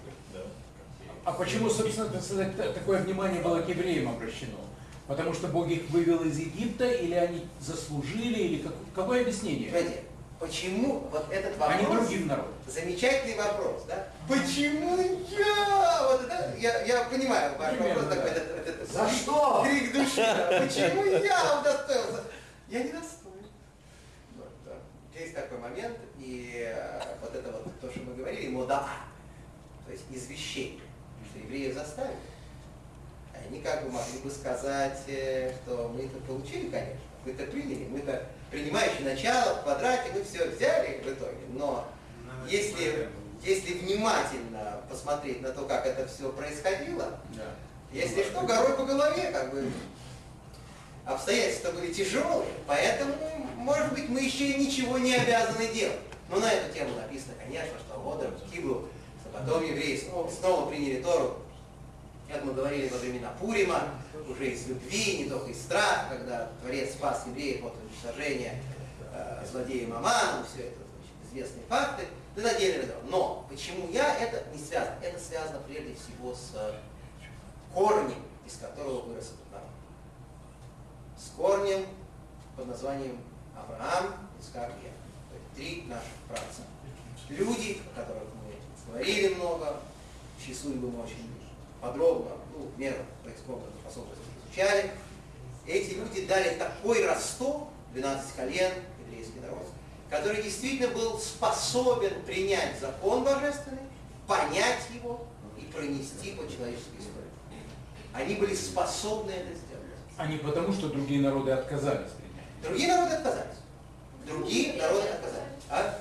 А почему, собственно, такое внимание было к евреям обращено? Потому что Бог их вывел из Египта, или они заслужили, или как, какое объяснение? Понимаете, почему вот этот вопрос... Они другим народом. Замечательный вопрос, да? Почему я? Вот это, я, я понимаю ваш Примерно, вопрос да. такой, этот, этот, За что? крик души. Да. Почему я удостоился? Я не достоин. Вот, да. Есть такой момент, и э, вот это вот то, что мы говорили, модаа, то есть извещение, что евреев заставили. Они как бы могли бы сказать, что мы это получили, конечно, мы это приняли, мы это принимающее начало в квадрате, мы все взяли в итоге, но если, если внимательно посмотреть на то, как это все происходило, Да. если что, горой по голове, как бы обстоятельства были тяжелые, поэтому, может быть, мы еще и ничего не обязаны делать. Но на эту тему написано, конечно, что вот Киблу, что потом евреи снова, снова приняли Тору, как мы говорили во времена Пурима, уже из любви, не только из страха, когда Творец спас евреев от уничтожения э, злодеем Аманом, все это значит, известные факты. Это отдельный разговор. Но почему я, это не связано. Это связано прежде всего с корнем, из которого вырос этот народ. С корнем под названием Авраам, Ицхак и Яков. То есть три наших праотца. Люди, о которых мы говорили много, часу бы мы очень подробно, ну, в меру происходных способностей изучали. Эти люди дали такой росток, двенадцать колен, еврейский народ, который действительно был способен принять закон божественный, понять его и пронести по человеческой истории. Они были способны это сделать. А не потому, что другие народы отказались принять. Другие народы отказались. Другие народы отказались. А?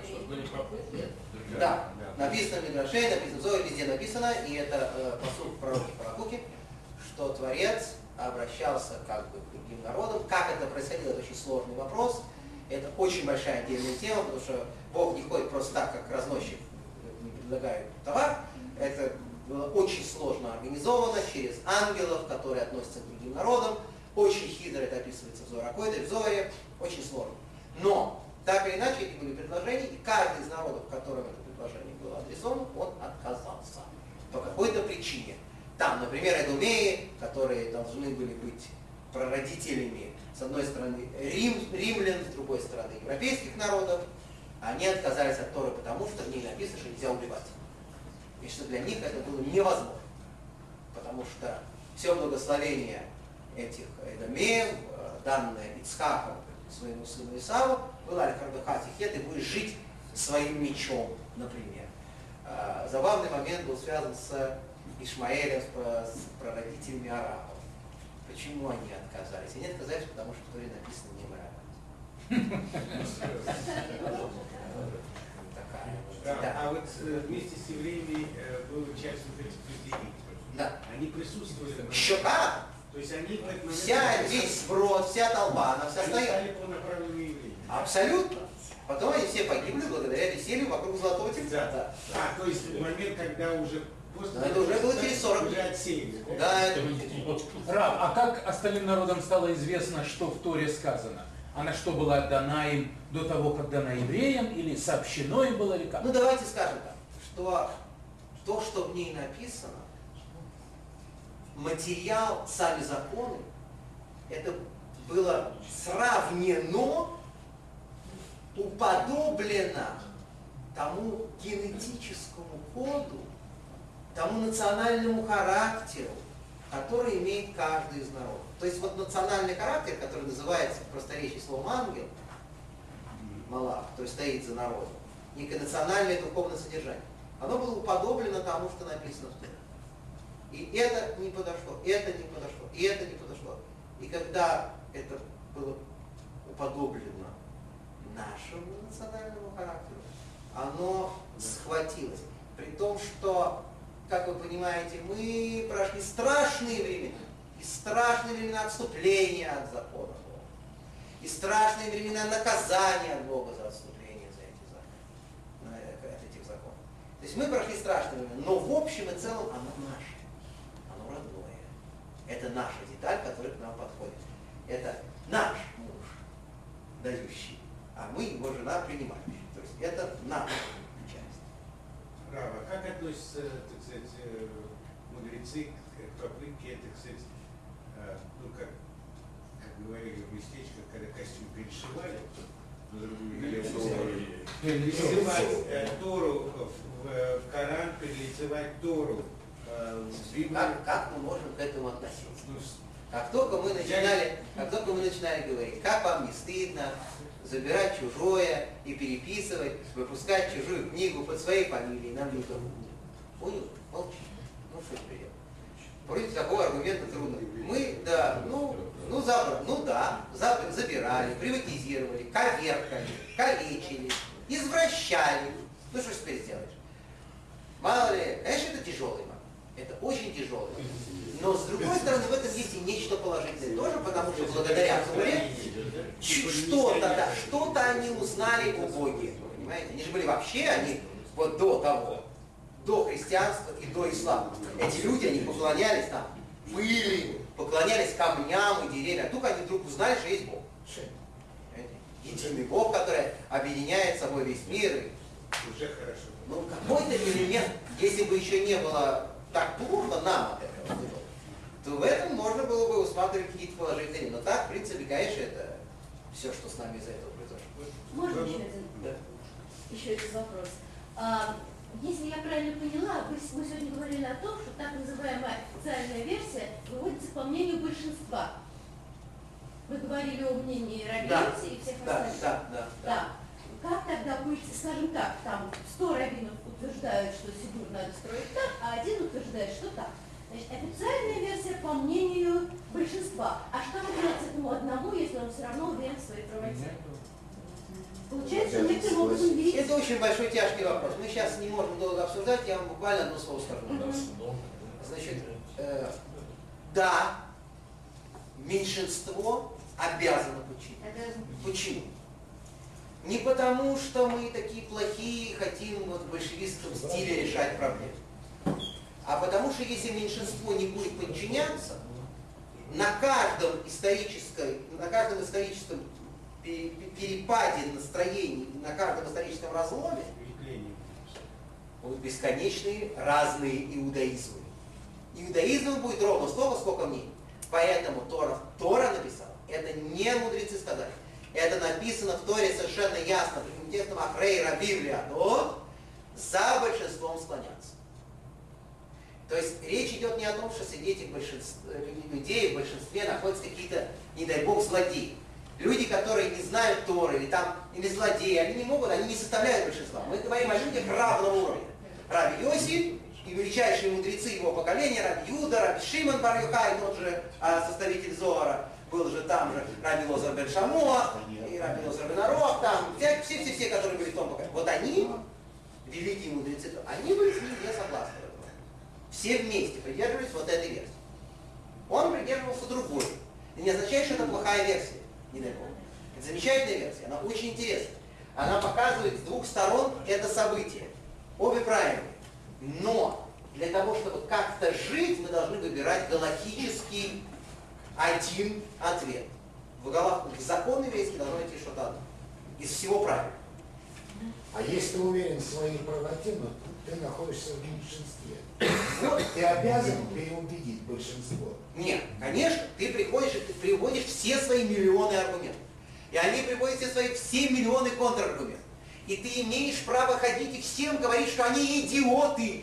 Да. Написано в Мидраше, написано в Зоаре, везде написано, и это э, посуд в пророке Харакуке, что Творец обращался как бы к другим народам. Как это происходило, это очень сложный вопрос. Это очень большая отдельная тема, потому что Бог не ходит просто так, как разносчик не предлагает товар. Это было очень сложно организовано через ангелов, которые относятся к другим народам. Очень хитро это описывается в Зоракойде, в Зоре. Очень сложно. Но, так или иначе, эти были предложения, и каждый из народов, которым это предложение было адресовано, он отказался. По какой-то причине. Там, например, эдумеи, которые должны были быть прародителями с одной стороны Рим, римлян, с другой стороны европейских народов, они отказались от Торы, потому что в ней написано, что нельзя убивать. И что для них это было невозможно. Потому что все благословение этих эдомеев, данное Ицхаком своему сыну Исаву, было аль-Хардахати, ты будешь жить своим мечом, например. Забавный момент был связан с Ишмаэлем, с прародителями арабов. Почему они отказались? Они отказались, потому что в Торе написано не воровать. Да, а вот вместе с евреями было часть вот этих людей. Да. Они присутствовали. Еще как? То есть они в этот момент... Вся, весь сброд, вся толпа, она вся они стояла. стали полноправными евреями. Абсолютно. Потом они все погибли благодаря веселью вокруг Золотого Тельца. Да. А, то есть в момент, когда уже... После это уже было через сорок уже лет. отсеяли. Да, это... Рав, а как остальным народам стало известно, что в Торе сказано? Она что, была дана им до того, как дана евреям, или сообщено им было, или как? Ну давайте скажем так, что то, что в ней написано, материал, сами законы, это было сравнено, уподоблено тому генетическому коду, тому национальному характеру, который имеет каждый из народов. То есть вот национальный характер, который называется в просторечии словом ангел, Малах, который стоит за народом, некое национальное духовное содержание, оно было уподоблено тому, что написано в Торе. И это не подошло, это не подошло, и это не подошло. И когда это было уподоблено нашему национальному характеру, оно схватилось. При том, что, как вы понимаете, мы прошли страшные времена, и страшные времена отступления от закона Бога, и страшные времена наказания от Бога за отступление за эти законы, от этих законов. То есть мы прошли страшные времена, но в общем и целом оно наше, оно родное. Это наша деталь, которая к нам подходит. Это наш муж, дающий, а мы его жена принимающая. То есть это наша часть. Рав, а как относятся, так сказать, мудрецы к попытке, так сказать, ну как, как говорили в местечках, когда костюм перешивали на другую перелицевать Тору в, в Коран, перелицевать Тору в Библию. Как, как мы можем к этому относиться? Как только мы начинали, как только мы начинали говорить, как вам не стыдно забирать чужое и переписывать, выпускать чужую книгу под своей фамилией, нам не удобно. Понял? Молчи. Ну что ж делать? Против такого аргумента трудно. Мы, да, ну, ну, забрали, ну да, забирали, приватизировали, коверкали, калечили, извращали. Ну что ж теперь сделаешь? Мало ли, конечно, это тяжелый момент. Это очень тяжелый момент. Но с другой стороны, в этом есть и нечто положительное тоже, потому что благодаря Торе что-то, да, что-то они узнали о Боге. Понимаете? Они же были вообще, они вот до того, до христианства и до ислама. Эти люди, они поклонялись там пыли, поклонялись камням и деревьям. А тут они вдруг узнали, что есть Бог. Единый Бог, который объединяет собой весь мир. Уже хорошо. Ну, какой-то элемент, если бы еще не было так плохо нам от этого, то в этом можно было бы усматривать какие-то положительные. Но так, в принципе, конечно, это все, что с нами из-за этого произошло. Можно еще один, да. еще один вопрос? А, если я правильно поняла, вы, мы сегодня говорили о том, что так называемая официальная версия выводится по мнению большинства. Вы говорили о мнении Рабби Да, и всех да, остальных. да, да, да. Да. Как тогда быть, скажем так, там сто раввинов утверждают, что Сидур надо строить так, а один утверждает, что так. Значит, официальная версия по мнению большинства. А что делать этому одному, если он все равно уверен в своей правоте? Получается, некоторым образом видеть. Это очень большой тяжкий вопрос. Мы сейчас не можем долго обсуждать, я вам буквально одно слово скажу. Mm-hmm. Значит, э, да, меньшинство обязано учить. Обязано. Почему? Не потому, что мы такие плохие, хотим вот в большевистском стиле решать проблемы. А потому что если меньшинство не будет подчиняться, на каждом исторической, на каждом историческом перепаде настроений, на каждом историческом разломе будут бесконечные разные иудаизмы. Иудаизм будет ровно столько, сколько мнений. Поэтому Тора, Тора написала Это не мудрецы сказали. Это написано в Торе совершенно ясно, прямым текстом Ахрейра Библия, но за большинством склоняться. То есть речь идет не о том, что среди этих большинств, людей в большинстве находятся какие-то, не дай бог, злодеи. Люди, которые не знают Торы, или там, или злодеи, они не могут, они не составляют большинства. Мы говорим о людях равного уровня. Раби Йоси и величайшие мудрецы его поколения, Раби Юда, Раби Шимон бар Йохай, тот же а, составитель Зоара, был же там же Раби Лозар бен Шамуа, и Раби Лозар бен Арох, там, все-все-все, которые были в том поколении. Вот они, великие мудрецы, они были с ним не согласны. Все вместе придерживались вот этой версии. Он придерживался другой. Это не означает, что это плохая версия. Не дай бог. Это замечательная версия, она очень интересная. Она показывает с двух сторон это событие. Обе правильные. Но для того, чтобы как-то жить, мы должны выбирать галактический один ответ. В, голов... в закон еврейский должно идти что-то одно. Из всего правильно. А если ты уверен в своей правоте, но ты находишься в меньшинстве, вот ты обязан переубедить большинство. Нет, конечно, ты приходишь и ты приводишь все свои миллионы аргументов. И они приводят все свои все миллионы контраргументов. И ты имеешь право ходить и всем говорить, что они идиоты.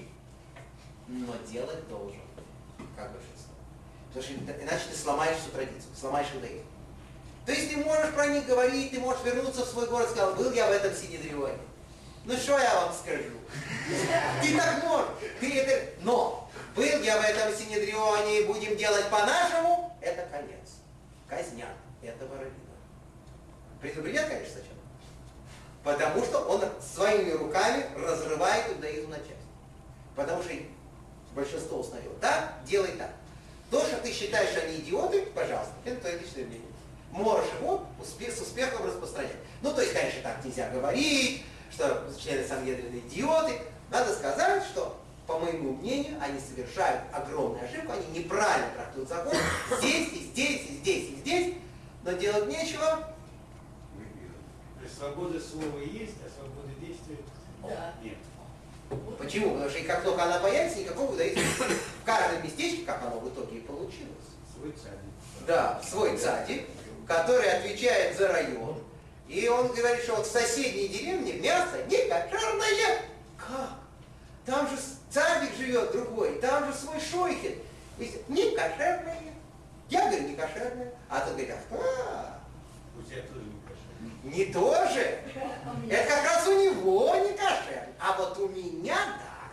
Но делать должен, как большинство. Потому что иначе ты сломаешь всю традицию, сломаешь иудаизм. То есть ты можешь про них говорить, ты можешь вернуться в свой город и сказать, был я в этом Синедрионе. Ну что я вам скажу? Ты так можешь. Ты это... Но был я в этом Синедрионе, будем делать по-нашему, это конец. Казнят этого раввина. Предупредят, конечно, сначала. Потому что он своими руками разрывает иудаизм на части. Потому что большинство установило так, делай так. То, что ты считаешь, что они идиоты, пожалуйста, это твое личное мнение. Можешь его успех, с успехом распространять. Ну, то есть, конечно, так нельзя говорить, что члены Сангедрина идиоты. Надо сказать, что, по моему мнению, они совершают огромную ошибку, они неправильно трактуют закон здесь, и здесь, и здесь, и здесь, но делать нечего. То есть свобода слова есть, а свобода действия Да. нет. Почему? Потому что как только она появится, никакого иудаизма нет. В каждом местечке, как оно в итоге и получилось. Свой цадик. Да, свой цадик, который отвечает за район. И он говорит, что вот в соседней деревне мясо не кошерное. Как? Там же цадик живет другой, там же свой шойхет. Не кошерное. Я говорю, не кошерное. А тот говорит, а, У тебя тоже не кошерно. не то же. Это как раз у него не кошерно. А вот у меня, да,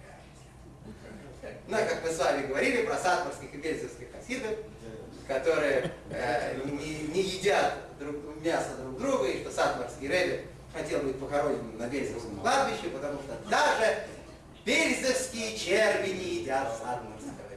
кошерно. Ну, как мы с вами говорили про сатмарских и бельцевских хасидов, которые э, не, не едят друг, мясо друг друга, и что сатмарский ребе хотел быть похоронен на Бельцевском кладбище, потому что даже бельцевские черви не едят сатмарского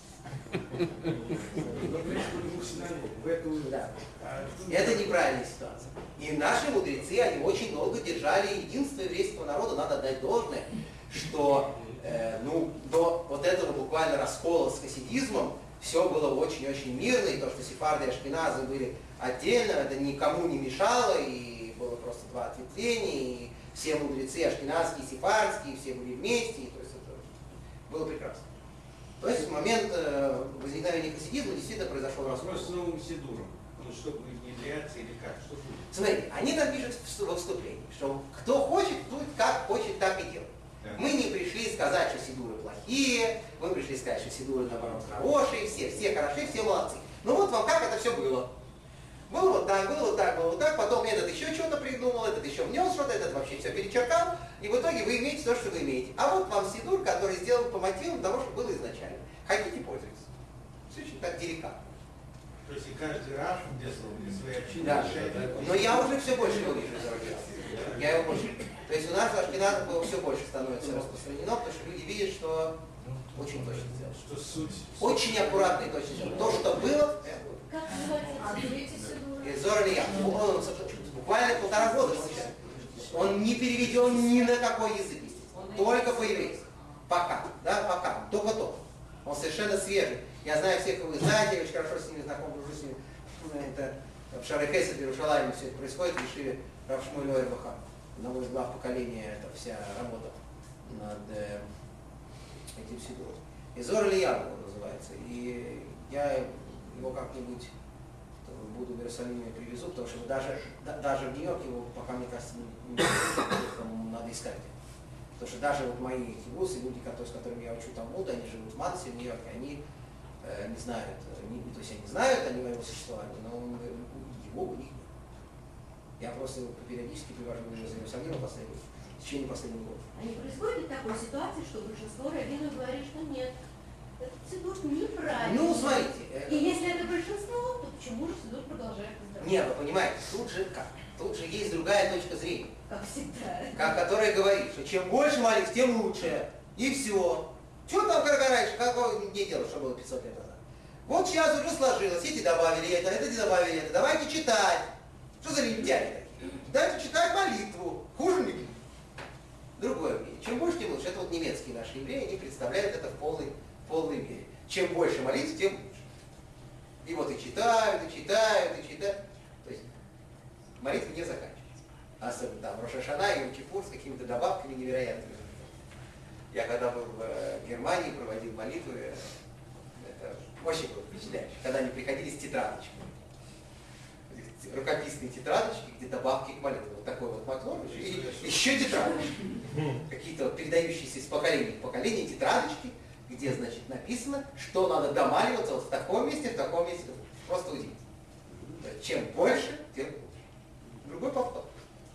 мяса. В эту... Да. Это неправильная ситуация. И наши мудрецы, они очень долго держали единство еврейского народа, надо отдать должное, что э, ну, до вот этого буквально раскола с хасидизмом все было очень-очень мирно, и то, что сефарды и ашкеназы были отдельно, это никому не мешало, и было просто два ответвления, и все мудрецы ашкеназские, сефардские, все были вместе, и, то есть это было прекрасно. То есть в момент э, возникновения хасидизма действительно произошел раскол. Вопрос с новым сидуром. Ну, что будет внедряться или как? Что будет? Смотрите, они там пишут во вступлении, что кто хочет, тот как хочет, так и делает. Да. Мы не пришли сказать, что сидуры плохие, мы пришли сказать, что сидуры, наоборот, хорошие, все, все хороши, все молодцы. Ну вот вам как это все было. Было вот так, было вот так, было вот так, потом этот еще что-то придумал, этот еще внес что-то, этот вообще все перечеркал, и в итоге вы имеете то, что вы имеете. А вот вам сидур, который сделан по мотивам того, что было изначально. Хотите, пользуйтесь. Все очень так деликатно. То есть и каждый раз для своей общины Да, решает. но я уже все больше его вижу за рубежом. Я его больше. То есть у нас в Ашкеназах все больше становится распространено, потому что люди видят, что очень точно сделано. Что суть? Очень аккуратно и точно сделано. То, что было, Как называется? Зор Илья, он буквально полтора года сейчас. Он не переведен ни на какой язык, только по-еврейски. Пока, да, пока, только-только. Он совершенно свежий. Я знаю всех, кого вы знаете, я очень хорошо с ними знаком, дружу с ними. Это в Шаре Хесед, в Иерушалайме все это происходит, решили Рав Шмуль Ойрбаха, одного из глав поколения, это вся работа над э, этим сидуром. И Зор Илья он называется. И я его как-нибудь буду в Иерусалиме, привезу, потому что даже, да, даже в Нью-Йорке его пока, мне кажется, не, не надо искать. Потому что даже вот мои хибусы, люди, которые, с которыми я учу там Талмуд, они живут в Мансе, в Нью-Йорке, они э, не знают, не, то есть они знают, они моего существования, но его у них нет. Я просто его периодически привожу из Иерусалима последний, в течение последнего года. А не происходит такой ситуации, что большинство раввинов говорит, что нет, этот сидур неправильный. Ну, смотрите. Э, И если это большинство, то почему же сидур продолжает поздравлять? Нет, вы понимаете, тут же как? Тут же есть другая точка зрения. Как всегда. Как, которая говорит, что чем больше молитв, тем лучше. И все. Чего там, как раньше, как не делать, что было пятьсот лет назад? Вот сейчас уже сложилось, эти добавили это, это добавили это. Давайте читать. Что за лентяи такие? Давайте читать молитву. Хуже не будет. Другое мнение. Чем больше, тем лучше. Это вот немецкие наши евреи, они представляют это в полной, в полной мере. Чем больше молитв, тем лучше. И вот и читают, и читают, и читают. То есть молитва не заканчивается. Особенно там Рош ха-Шана и Йом-Кипур с какими-то добавками невероятными. Я когда был в Германии, проводил молитвы, это очень было впечатляюще. Когда они приходили с тетрадочками. Рукописные тетрадочки, где добавки к молитве. Вот такой вот Маклович и еще тетрадочки. Какие-то вот передающиеся из поколения в поколение тетрадочки, где, значит, написано, что надо домаливаться вот в таком месте, в таком месте. Просто удивительно. Чем больше, тем лучше. Другой подход.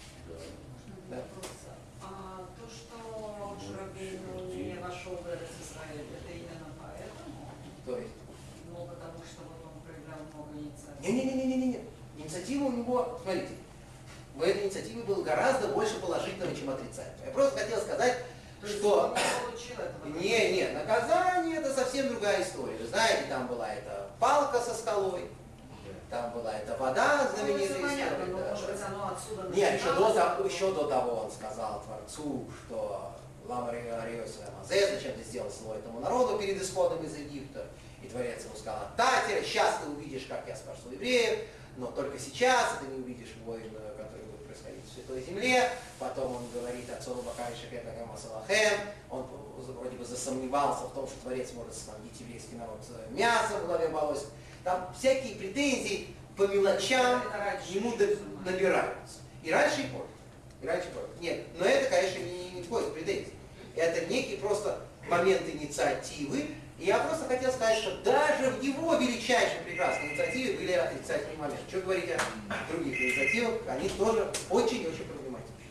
Да. А то, что Журавлин не вошел в Израиль, это именно поэтому? То есть? Ну, потому что вот он проиграл много инициатив. Не-не-не-не-не. Инициатива у него, смотрите, в этой инициативе было гораздо больше положительного, чем отрицательного. Я просто хотел сказать, То есть что... он не получил этого? Не, не, наказание это совсем другая история. Вы знаете, там была эта палка со скалой, там была эта вода знаменитая. Ну, это понятно, история, но да. может быть оно отсюда... Нет, еще до, начиналось, того, еще до того он сказал Творцу, что Лама Риоса Амазе, зачем ты сделал зло этому народу перед исходом из Египта. И Творец ему сказал: Татя, сейчас ты увидишь, как я спасу евреев, но только сейчас ты не увидишь войн, который будет происходить в Святой Земле. Потом он говорит отцу Бакари Шакета Камасалахем, он вроде бы засомневался в том, что Творец может снабдить еврейский народ мясом в главе Балось. Там всякие претензии по мелочам ему набираются. И раньше, и позже. И раньше, и позже. Нет, но это, конечно, не, не входит в претензии. Это некий просто момент инициативы. И я просто хотел сказать, что даже в его величайшей прекрасной инициативе были отрицательные моменты. Что говорить о других инициативах, они тоже очень-очень проблематичны.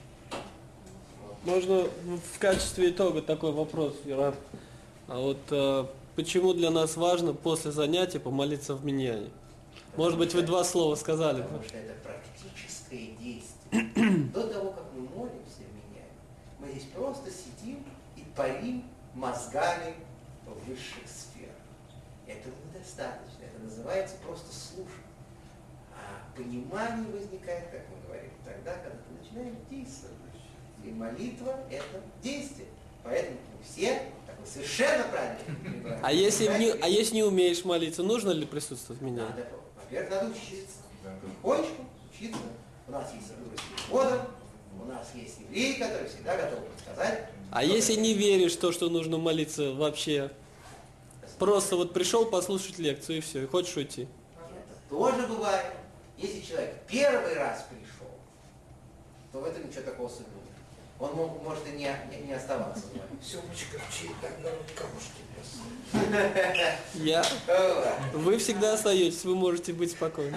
Можно в качестве итога такой вопрос, Юрат. А вот э, почему для нас важно после занятия помолиться в миньяне? Может быть, вы два слова сказали? Потому что это практическое действие. До того, как мы молимся в миньяне, мы здесь просто сидим и парим мозгами в высших сферах. Этого недостаточно. Это называется просто слушать. А понимание возникает, как мы говорим, тогда, когда ты начинаешь действовать. И молитва – это действие. Поэтому мы все такой совершенно правильно. А если, не, а если не умеешь молиться, нужно ли присутствовать в миньяне? Надо, во-первых, надо учиться. Потихонечку учиться. У нас есть русский года, у нас есть евреи, которые всегда готовы сказать. А если не веришь в то, что нужно молиться вообще? Просто вот пришел послушать лекцию и все, и хочешь уйти. Это тоже бывает. Если человек первый раз пришел, то в этом ничего такого особенного нет. Он мог, может и не, не, не оставаться. Сумочка в чьи тогда вот камушки бросают. Я... Вы всегда остаетесь, вы можете быть спокойны.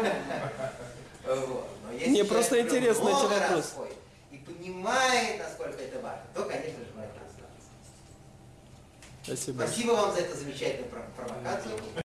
Мне просто интересно эти вопросы. И понимает, насколько это важно, то, конечно же, желательно остаться. Спасибо. Спасибо вам за эту замечательную провокацию.